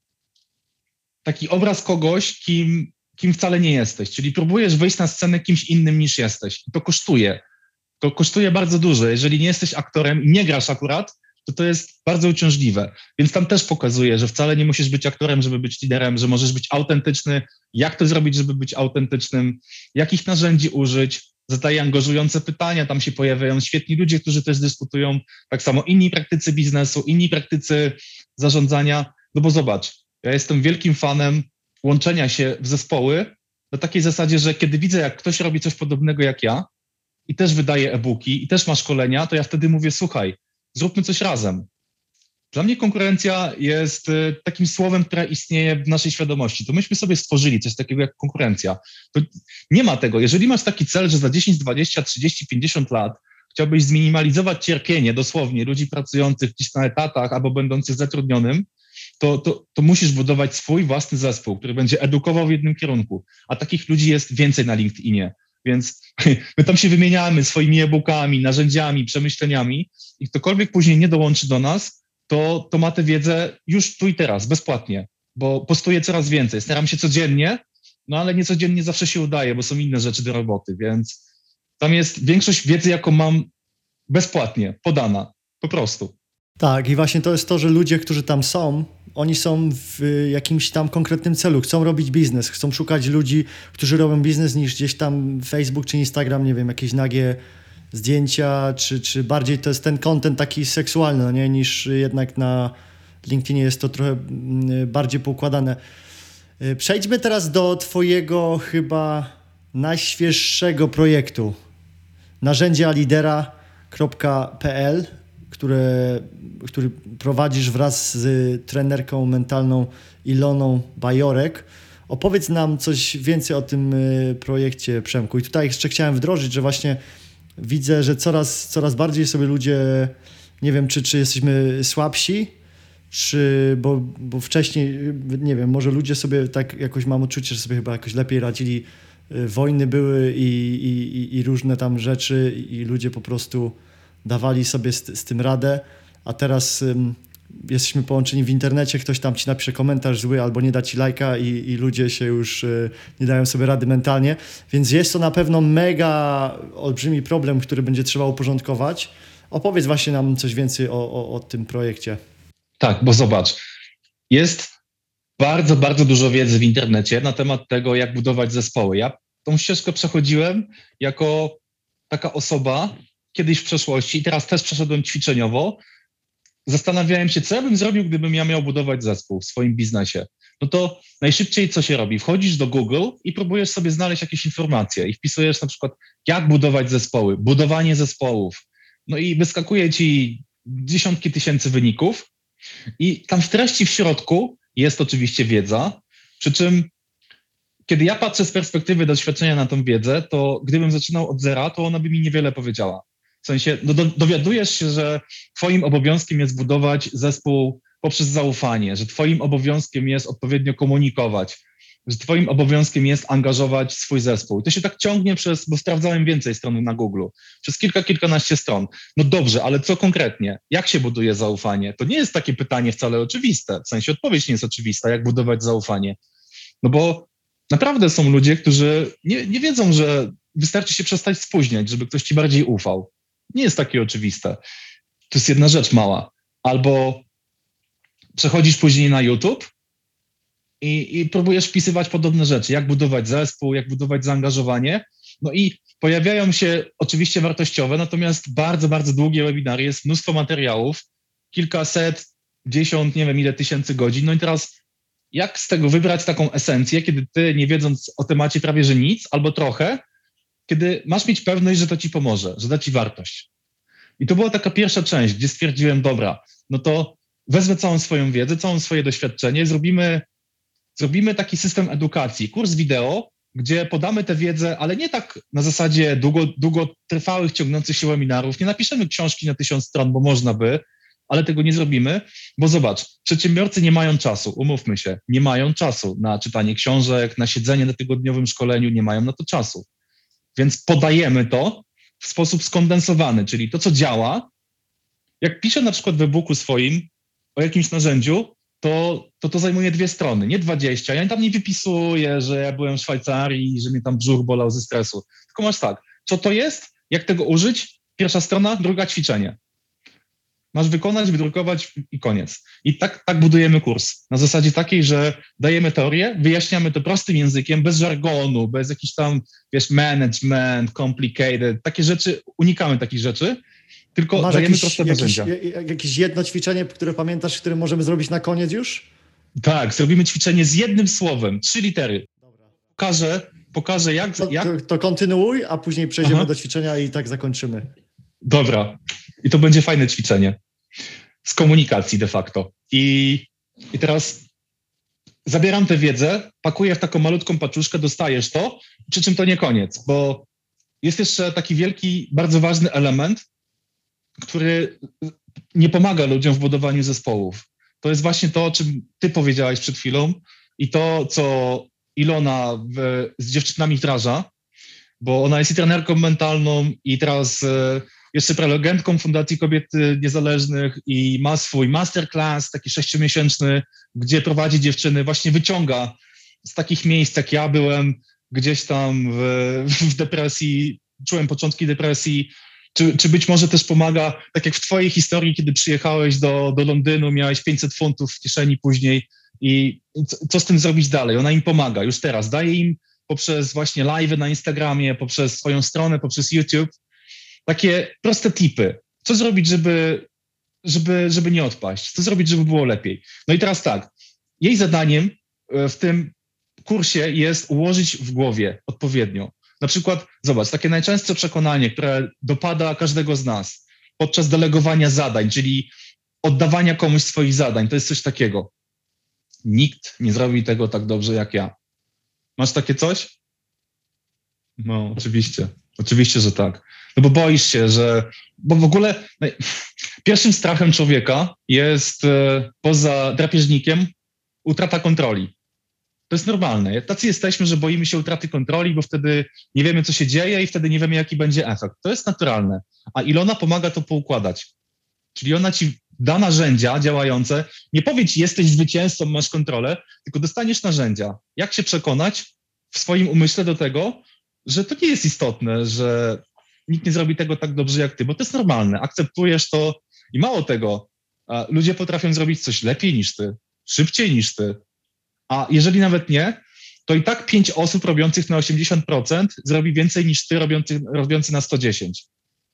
taki obraz kogoś, kim, kim wcale nie jesteś. Czyli próbujesz wyjść na scenę kimś innym niż jesteś. I to kosztuje. To kosztuje bardzo dużo. Jeżeli nie jesteś aktorem i nie grasz akurat, to to jest bardzo uciążliwe. Więc tam też pokazuje, że wcale nie musisz być aktorem, żeby być liderem, że możesz być autentyczny. Jak to zrobić, żeby być autentycznym? Jakich narzędzi użyć? Zadaję angażujące pytania, tam się pojawiają świetni ludzie, którzy też dyskutują, tak samo inni praktycy biznesu, inni praktycy zarządzania. No bo zobacz, ja jestem wielkim fanem łączenia się w zespoły na takiej zasadzie, że kiedy widzę, jak ktoś robi coś podobnego jak ja i też wydaje e-booki i też ma szkolenia, to ja wtedy mówię, słuchaj, zróbmy coś razem. Dla mnie konkurencja jest takim słowem, które istnieje w naszej świadomości. To myśmy sobie stworzyli coś takiego jak konkurencja. To nie ma tego. Jeżeli masz taki cel, że za dziesięć, dwadzieścia, trzydzieści, pięćdziesiąt lat chciałbyś zminimalizować cierpienie dosłownie ludzi pracujących gdzieś na etatach albo będących zatrudnionym, to, to, to musisz budować swój własny zespół, który będzie edukował w jednym kierunku. A takich ludzi jest więcej na LinkedInie. Więc my tam się wymieniamy swoimi e-bookami, narzędziami, przemyśleniami i ktokolwiek później nie dołączy do nas, to, to ma tę wiedzę już tu i teraz, bezpłatnie, bo postuję coraz więcej. Staram się codziennie, no ale nie codziennie zawsze się udaje, bo są inne rzeczy do roboty, więc tam jest większość wiedzy, jaką mam bezpłatnie, podana, po prostu. Tak, i właśnie to jest to, że ludzie, którzy tam są, oni są w jakimś tam konkretnym celu, chcą robić biznes, chcą szukać ludzi, którzy robią biznes niż gdzieś tam Facebook czy Instagram, nie wiem, jakieś nagie zdjęcia, czy, czy bardziej to jest ten content taki seksualny, no nie, niż jednak na LinkedInie jest to trochę bardziej poukładane. Przejdźmy teraz do twojego chyba najświeższego projektu, narzędzia lidera kropka p l, które, który prowadzisz wraz z trenerką mentalną Iloną Bajorek. Opowiedz nam coś więcej o tym projekcie, Przemku. I tutaj jeszcze chciałem wdrożyć, że właśnie widzę, że coraz, coraz bardziej sobie ludzie, nie wiem, czy, czy jesteśmy słabsi, czy, bo, bo wcześniej, nie wiem, może ludzie sobie tak jakoś, mam uczucie, że sobie chyba jakoś lepiej radzili. Wojny były i, i, i różne tam rzeczy i ludzie po prostu dawali sobie z, z tym radę, a teraz jesteśmy połączeni w internecie, ktoś tam ci napisze komentarz zły albo nie da ci lajka i, i ludzie się już y, nie dają sobie rady mentalnie, więc jest to na pewno mega olbrzymi problem, który będzie trzeba uporządkować. Opowiedz właśnie nam coś więcej o, o, o tym projekcie. Tak, bo zobacz, jest bardzo, bardzo dużo wiedzy w internecie na temat tego, jak budować zespoły. Ja tą ścieżkę przechodziłem jako taka osoba kiedyś w przeszłości i teraz też przeszedłem ćwiczeniowo. Zastanawiałem się, co ja bym zrobił, gdybym ja miał budować zespół w swoim biznesie. No to najszybciej co się robi? Wchodzisz do Google i próbujesz sobie znaleźć jakieś informacje i wpisujesz na przykład, jak budować zespoły, budowanie zespołów. No i wyskakuje ci dziesiątki tysięcy wyników i tam w treści w środku jest oczywiście wiedza, przy czym kiedy ja patrzę z perspektywy doświadczenia na tą wiedzę, to gdybym zaczynał od zera, to ona by mi niewiele powiedziała. W sensie no do, dowiadujesz się, że twoim obowiązkiem jest budować zespół poprzez zaufanie, że twoim obowiązkiem jest odpowiednio komunikować, że twoim obowiązkiem jest angażować swój zespół. To się tak ciągnie przez, bo sprawdzałem więcej stron na Google, przez kilka, kilkanaście stron. No dobrze, ale co konkretnie? Jak się buduje zaufanie? To nie jest takie pytanie wcale oczywiste, w sensie odpowiedź nie jest oczywista, jak budować zaufanie. No bo naprawdę są ludzie, którzy nie, nie wiedzą, że wystarczy się przestać spóźniać, żeby ktoś ci bardziej ufał. Nie jest takie oczywiste. To jest jedna rzecz mała. Albo przechodzisz później na YouTube i, i próbujesz wpisywać podobne rzeczy, jak budować zespół, jak budować zaangażowanie. No i pojawiają się oczywiście wartościowe, natomiast bardzo, bardzo długie webinary, jest mnóstwo materiałów, kilkaset, dziesiąt, nie wiem ile tysięcy godzin. No i teraz jak z tego wybrać taką esencję, kiedy ty, nie wiedząc o temacie prawie że nic, albo trochę, kiedy masz mieć pewność, że to ci pomoże, że da ci wartość. I to była taka pierwsza część, gdzie stwierdziłem, dobra, no to wezmę całą swoją wiedzę, całe swoje doświadczenie, zrobimy, zrobimy taki system edukacji, kurs wideo, gdzie podamy tę wiedzę, ale nie tak na zasadzie długo, długotrwałych, ciągnących się webinarów. Nie napiszemy książki na tysiąc stron, bo można by, ale tego nie zrobimy, bo zobacz, przedsiębiorcy nie mają czasu, umówmy się, nie mają czasu na czytanie książek, na siedzenie na tygodniowym szkoleniu, nie mają na to czasu. Więc podajemy to w sposób skondensowany, czyli to, co działa. Jak piszę na przykład w e-booku swoim o jakimś narzędziu, to, to to zajmuje dwie strony, nie dwadzieścia. Ja tam nie wypisuję, że ja byłem w Szwajcarii i że mnie tam brzuch bolał ze stresu. Tylko masz tak, co to jest, jak tego użyć, pierwsza strona, druga ćwiczenie. Masz wykonać, wydrukować i koniec. I tak, tak budujemy kurs. Na zasadzie takiej, że dajemy teorię, wyjaśniamy to prostym językiem, bez żargonu, bez jakichś tam, wiesz, management, complicated, takie rzeczy, unikamy takich rzeczy, tylko Masz dajemy jakieś, proste jakieś, narzędzia. jakieś jedno ćwiczenie, które pamiętasz, które możemy zrobić na koniec już? Tak, zrobimy ćwiczenie z jednym słowem, trzy litery. Dobra. Pokażę, pokażę jak... To, jak... to, to kontynuuj, a później przejdziemy Aha. do ćwiczenia i tak zakończymy. Dobra. I to będzie fajne ćwiczenie. Z komunikacji de facto. I, i teraz zabieram tę wiedzę, pakuję w taką malutką paczuszkę, dostajesz to, przy czym to nie koniec, bo jest jeszcze taki wielki, bardzo ważny element, który nie pomaga ludziom w budowaniu zespołów. To jest właśnie to, o czym ty powiedziałaś przed chwilą i to, co Ilona w, z dziewczynami wdraża, bo ona jest i trenerką mentalną i teraz e, jeszcze prelegentką Fundacji Kobiet Niezależnych i ma swój masterclass, taki sześciomiesięczny, gdzie prowadzi dziewczyny, właśnie wyciąga z takich miejsc, jak ja byłem gdzieś tam w, w depresji, czułem początki depresji, czy, czy być może też pomaga, tak jak w twojej historii, kiedy przyjechałeś do, do Londynu, miałeś pięćset funtów w kieszeni później i co, co z tym zrobić dalej? Ona im pomaga już teraz, daje im poprzez właśnie live'y na Instagramie, poprzez swoją stronę, poprzez YouTube, takie proste tipy. Co zrobić, żeby, żeby, żeby nie odpaść? Co zrobić, żeby było lepiej? No i teraz tak, jej zadaniem w tym kursie jest ułożyć w głowie odpowiednio. Na przykład, zobacz, takie najczęstsze przekonanie, które dopada każdego z nas podczas delegowania zadań, czyli oddawania komuś swoich zadań, to jest coś takiego. Nikt nie zrobi tego tak dobrze jak ja. Masz takie coś? No, oczywiście. Oczywiście, że tak. No bo boisz się, że... Bo w ogóle pierwszym strachem człowieka jest poza drapieżnikiem utrata kontroli. To jest normalne. Tacy jesteśmy, że boimy się utraty kontroli, bo wtedy nie wiemy, co się dzieje i wtedy nie wiemy, jaki będzie efekt. To jest naturalne. A Ilona pomaga to poukładać. Czyli ona ci da narzędzia działające, nie powie ci, jesteś zwycięzcą, masz kontrolę, tylko dostaniesz narzędzia. Jak się przekonać w swoim umyśle do tego, że to nie jest istotne, że nikt nie zrobi tego tak dobrze jak ty, bo to jest normalne, akceptujesz to i mało tego, ludzie potrafią zrobić coś lepiej niż ty, szybciej niż ty, a jeżeli nawet nie, to i tak pięć osób robiących na osiemdziesiąt procent zrobi więcej niż ty robiący, robiący na sto dziesięć.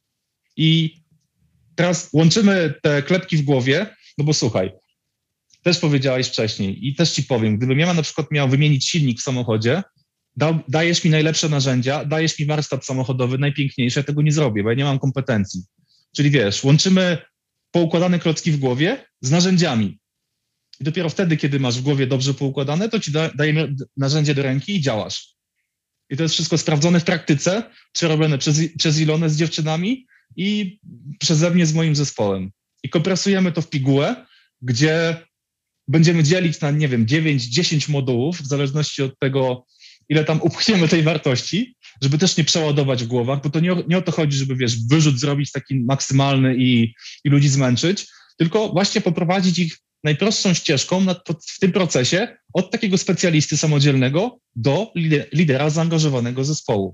I teraz łączymy te klepki w głowie, no bo słuchaj, też powiedziałeś wcześniej i też ci powiem, gdybym ja na przykład miał wymienić silnik w samochodzie, da, dajesz mi najlepsze narzędzia, dajesz mi warsztat samochodowy najpiękniejszy, ja tego nie zrobię, bo ja nie mam kompetencji. Czyli wiesz, łączymy poukładane klocki w głowie z narzędziami. I dopiero wtedy, kiedy masz w głowie dobrze poukładane, to ci da, dajemy narzędzie do ręki i działasz. I to jest wszystko sprawdzone w praktyce, przerobione przez, przez Ilonę z dziewczynami i przeze mnie z moim zespołem. I kompresujemy to w pigułę, gdzie będziemy dzielić na, nie wiem, dziewięć dziesięć modułów, w zależności od tego, ile tam upchniemy tej wartości, żeby też nie przeładować w głowach, bo to nie o, nie o to chodzi, żeby, wiesz, wyrzut zrobić taki maksymalny i, i ludzi zmęczyć, tylko właśnie poprowadzić ich najprostszą ścieżką na, w tym procesie od takiego specjalisty samodzielnego do lidera zaangażowanego zespołu.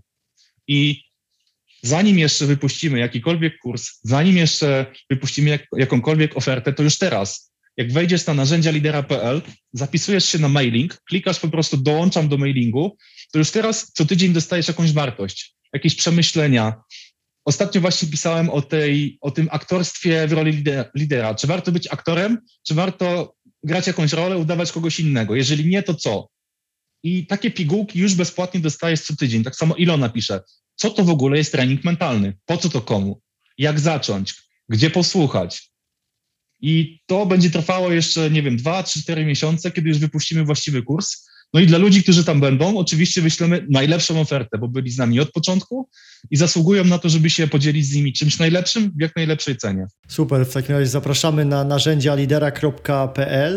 I zanim jeszcze wypuścimy jakikolwiek kurs, zanim jeszcze wypuścimy jak, jakąkolwiek ofertę, to już teraz, jak wejdziesz na narzędzia lidera kropka p l, zapisujesz się na mailing, klikasz po prostu dołączam do mailingu, to już teraz co tydzień dostajesz jakąś wartość, jakieś przemyślenia. Ostatnio właśnie pisałem o, tej, o tym aktorstwie w roli lidera. Czy warto być aktorem, czy warto grać jakąś rolę, udawać kogoś innego? Jeżeli nie, to co? I takie pigułki już bezpłatnie dostajesz co tydzień. Tak samo Ilona pisze, co to w ogóle jest trening mentalny? Po co to komu? Jak zacząć? Gdzie posłuchać? I to będzie trwało jeszcze, nie wiem, dwa, trzy, cztery miesiące, kiedy już wypuścimy właściwy kurs. No i dla ludzi, którzy tam będą, oczywiście wyślemy najlepszą ofertę, bo byli z nami od początku i zasługują na to, żeby się podzielić z nimi czymś najlepszym w jak najlepszej cenie. Super, w takim razie zapraszamy na narzędzia lidera kropka p l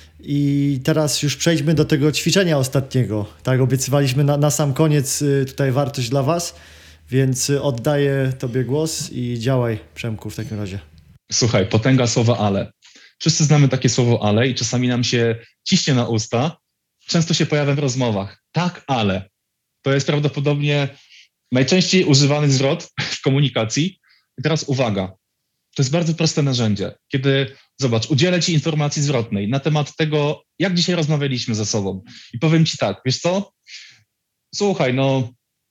i teraz już przejdźmy do tego ćwiczenia ostatniego. Tak, obiecywaliśmy na, na sam koniec tutaj wartość dla Was, więc oddaję Tobie głos i działaj, Przemku, w takim razie. Słuchaj, potęga słowa ale. Wszyscy znamy takie słowo ale i czasami nam się ciśnie na usta. Często się pojawia w rozmowach. Tak, ale. To jest prawdopodobnie najczęściej używany zwrot w komunikacji. I teraz uwaga. To jest bardzo proste narzędzie. Kiedy, zobacz, udzielę Ci informacji zwrotnej na temat tego, jak dzisiaj rozmawialiśmy ze sobą. I powiem Ci tak, wiesz co? Słuchaj, no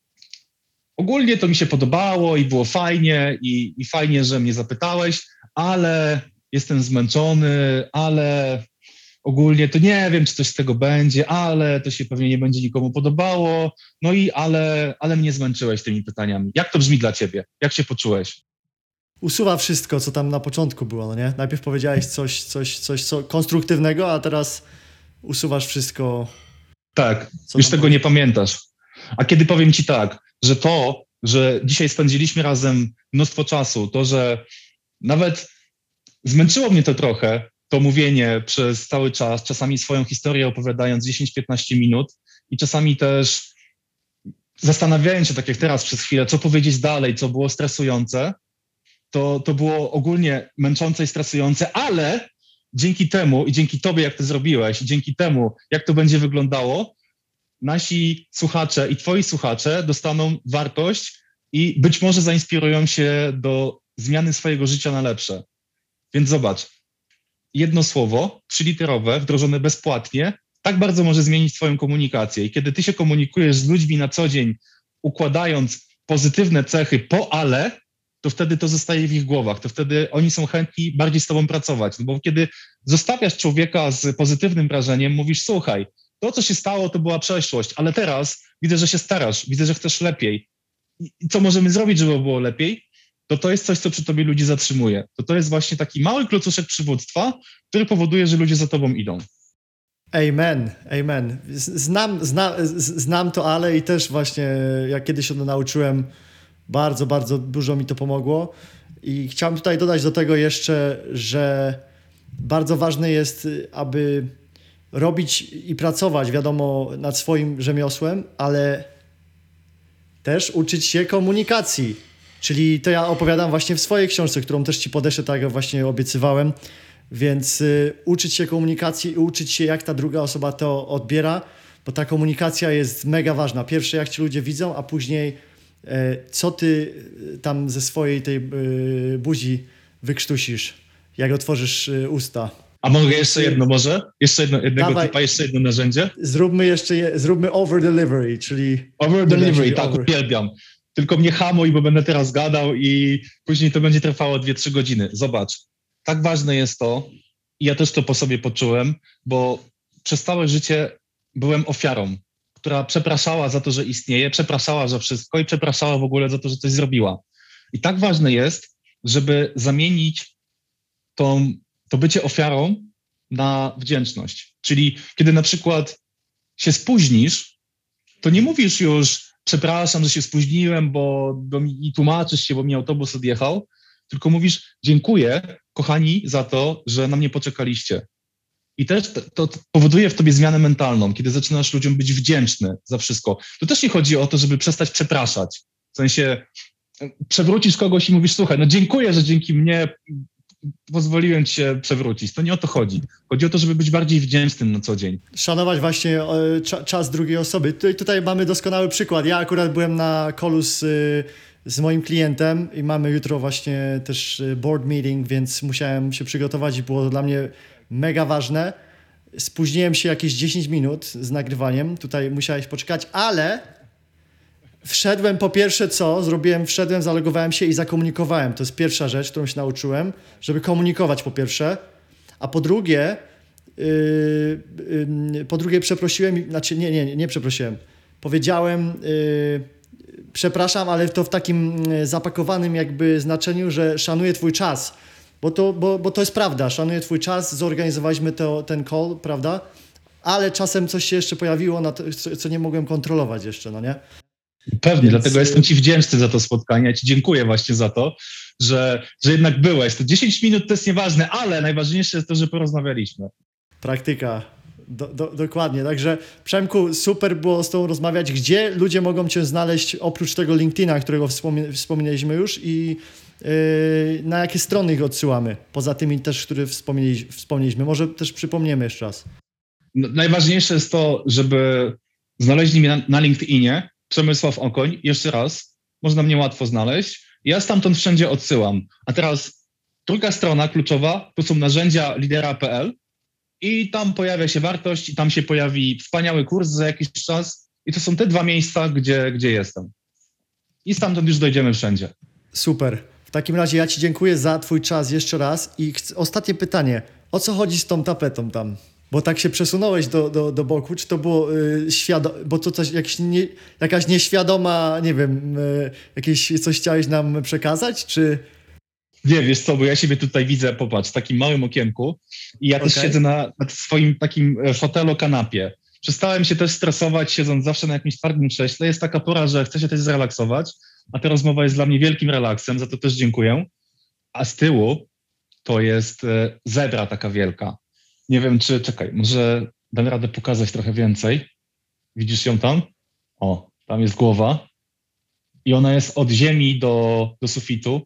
ogólnie to mi się podobało i było fajnie i, i fajnie, że mnie zapytałeś, ale jestem zmęczony, ale ogólnie to nie wiem, czy coś z tego będzie, ale to się pewnie nie będzie nikomu podobało, no i ale, ale mnie zmęczyłeś tymi pytaniami. Jak to brzmi dla Ciebie? Jak się poczułeś? Usuwa wszystko, co tam na początku było, no nie? Najpierw powiedziałeś coś, coś, coś co konstruktywnego, a teraz usuwasz wszystko. Tak, już tego nie pamiętasz. A kiedy powiem Ci tak, że to, że dzisiaj spędziliśmy razem mnóstwo czasu, to, że nawet zmęczyło mnie to trochę, to mówienie przez cały czas, czasami swoją historię opowiadając dziesięć piętnaście minut i czasami też zastanawiając się, tak jak teraz przez chwilę, co powiedzieć dalej, co było stresujące, to, to było ogólnie męczące i stresujące, ale dzięki temu i dzięki Tobie, jak to zrobiłeś, i dzięki temu, jak to będzie wyglądało, nasi słuchacze i Twoi słuchacze dostaną wartość i być może zainspirują się do zmiany swojego życia na lepsze. Więc zobacz, jedno słowo, trzyliterowe, wdrożone bezpłatnie, tak bardzo może zmienić Twoją komunikację. I kiedy Ty się komunikujesz z ludźmi na co dzień, układając pozytywne cechy po ale, to wtedy to zostaje w ich głowach, to wtedy oni są chętni bardziej z Tobą pracować. No bo kiedy zostawiasz człowieka z pozytywnym wrażeniem, mówisz, słuchaj, to, co się stało, to była przeszłość, ale teraz widzę, że się starasz, widzę, że chcesz lepiej. I co możemy zrobić, żeby było lepiej? To to jest coś, co przy Tobie ludzi zatrzymuje. To to jest właśnie taki mały klocuszek przywództwa, który powoduje, że ludzie za Tobą idą. Amen, amen. Znam, zna, znam to ale i też właśnie jak kiedyś ono nauczyłem, bardzo, bardzo dużo mi to pomogło. I chciałem tutaj dodać do tego jeszcze, że bardzo ważne jest, aby robić i pracować, wiadomo, nad swoim rzemiosłem, ale też uczyć się komunikacji. Czyli to ja opowiadam właśnie w swojej książce, którą też ci podeszę, tak jak właśnie obiecywałem. Więc y, uczyć się komunikacji i uczyć się, jak ta druga osoba to odbiera, bo ta komunikacja jest mega ważna. Pierwsze, jak ci ludzie widzą, a później y, co ty tam ze swojej tej y, buzi wykrztusisz, jak otworzysz y, usta. A mogę jeszcze jedno może? Jeszcze jedno, jednego Dawaj. typa, jeszcze jedno narzędzie? Zróbmy jeszcze, je, zróbmy over delivery, czyli... Over delivery, tak, over. uwielbiam. Tylko mnie hamuj, bo będę teraz gadał i później to będzie trwało dwie trzy godziny. Zobacz, tak ważne jest to, i ja też to po sobie poczułem, bo przez całe życie byłem ofiarą, która przepraszała za to, że istnieje, przepraszała za wszystko i przepraszała w ogóle za to, że coś zrobiła. I tak ważne jest, żeby zamienić tą, to bycie ofiarą na wdzięczność. Czyli kiedy na przykład się spóźnisz, to nie mówisz już przepraszam, że się spóźniłem, bo, bo mi, i tłumaczysz się, bo mi autobus odjechał, tylko mówisz dziękuję, kochani, za to, że na mnie poczekaliście. I też to, to powoduje w tobie zmianę mentalną, kiedy zaczynasz ludziom być wdzięczny za wszystko. To też nie chodzi o to, żeby przestać przepraszać. W sensie przewrócisz kogoś i mówisz, słuchaj, no dziękuję, że dzięki mnie pozwoliłem ci się przewrócić. To nie o to chodzi. Chodzi o to, żeby być bardziej wdzięcznym na co dzień. Szanować właśnie e, cza, czas drugiej osoby. Tutaj, tutaj mamy doskonały przykład. Ja akurat byłem na callu z, z moim klientem i mamy jutro właśnie też board meeting, więc musiałem się przygotować i było to dla mnie mega ważne. Spóźniłem się jakieś dziesięć minut z nagrywaniem. Tutaj musiałeś poczekać, ale wszedłem po pierwsze co? Zrobiłem, wszedłem, zalogowałem się i zakomunikowałem. To jest pierwsza rzecz, którą się nauczyłem, żeby komunikować po pierwsze, a po drugie yy, yy, po drugie przeprosiłem, znaczy nie, nie, nie przeprosiłem. Powiedziałem yy, przepraszam, ale to w takim zapakowanym jakby znaczeniu, że szanuję twój czas, bo to, bo, bo to jest prawda, szanuję twój czas, zorganizowaliśmy to, ten call, prawda? Ale czasem coś się jeszcze pojawiło, na to, co nie mogłem kontrolować jeszcze, no nie? Pewnie, Więc... dlatego jestem ci wdzięczny za to spotkanie. Ja ci dziękuję właśnie za to, że, że jednak byłeś. To dziesięć minut to jest nieważne, ale najważniejsze jest to, że porozmawialiśmy. Praktyka. Do, do, dokładnie. Także Przemku, super było z tobą rozmawiać. Gdzie ludzie mogą cię znaleźć oprócz tego LinkedIna, którego wspomnie, wspomnieliśmy już i yy, na jakie strony ich odsyłamy? Poza tymi też, które wspomnieli, wspomnieliśmy. Może też przypomniemy jeszcze raz. No, najważniejsze jest to, żeby znaleźli mnie na, na LinkedInie. Przemysław Okoń, jeszcze raz, można mnie łatwo znaleźć. Ja stamtąd wszędzie odsyłam. A teraz druga strona kluczowa, to są narzędzia lidera kropka p l i tam pojawia się wartość i tam się pojawi wspaniały kurs za jakiś czas i to są te dwa miejsca, gdzie, gdzie jestem. I stamtąd już dojdziemy wszędzie. Super. W takim razie ja ci dziękuję za twój czas jeszcze raz i ch- ostatnie pytanie. O co chodzi z tą tapetą tam? Bo tak się przesunąłeś do, do, do boku, czy to było y, świadome, bo to coś, jakiś nie, jakaś nieświadoma, nie wiem, y, jakieś coś chciałeś nam przekazać, czy... Nie, wiesz co, bo ja siebie tutaj widzę, popatrz, w takim małym okienku i ja okay. też siedzę na, na swoim takim fotelu, kanapie. Przestałem się też stresować, siedząc zawsze na jakimś twardym krześle. Jest taka pora, że chcę się też zrelaksować, a ta rozmowa jest dla mnie wielkim relaksem, za to też dziękuję. A z tyłu to jest zebra taka wielka. Nie wiem, czy, czekaj, może dam radę pokazać trochę więcej. Widzisz ją tam? O, tam jest głowa. I ona jest od ziemi do, do sufitu.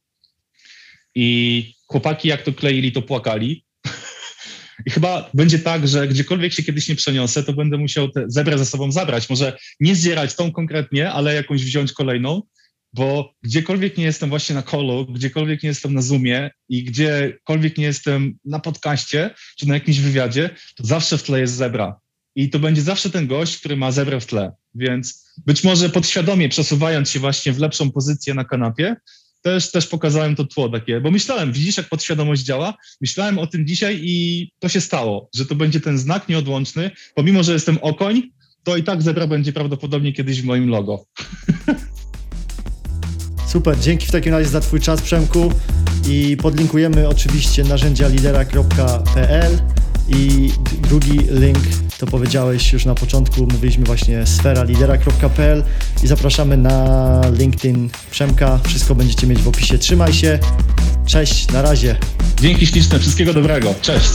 I chłopaki jak to kleili, to płakali. I chyba będzie tak, że gdziekolwiek się kiedyś nie przeniosę, to będę musiał tę zebrę ze sobą zabrać. Może nie zdzierać tą konkretnie, ale jakąś wziąć kolejną, bo gdziekolwiek nie jestem właśnie na callu, gdziekolwiek nie jestem na Zoomie i gdziekolwiek nie jestem na podcaście czy na jakimś wywiadzie, to zawsze w tle jest zebra. I to będzie zawsze ten gość, który ma zebrę w tle. Więc być może podświadomie przesuwając się właśnie w lepszą pozycję na kanapie, też, też pokazałem to tło takie, bo myślałem, widzisz jak podświadomość działa? Myślałem o tym dzisiaj i to się stało, że to będzie ten znak nieodłączny. Pomimo, że jestem Okoń, to i tak zebra będzie prawdopodobnie kiedyś w moim logo. Super, dzięki w takim razie za twój czas, Przemku, i podlinkujemy oczywiście narzędzia lidera kropka p l i drugi link, to powiedziałeś już na początku, mówiliśmy właśnie sfera lidera kropka p l i zapraszamy na LinkedIn Przemka, wszystko będziecie mieć w opisie. Trzymaj się, cześć, na razie. Dzięki śliczne, wszystkiego dobrego, cześć.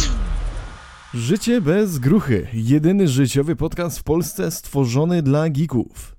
Życie bez gruchy, jedyny życiowy podcast w Polsce stworzony dla geeków.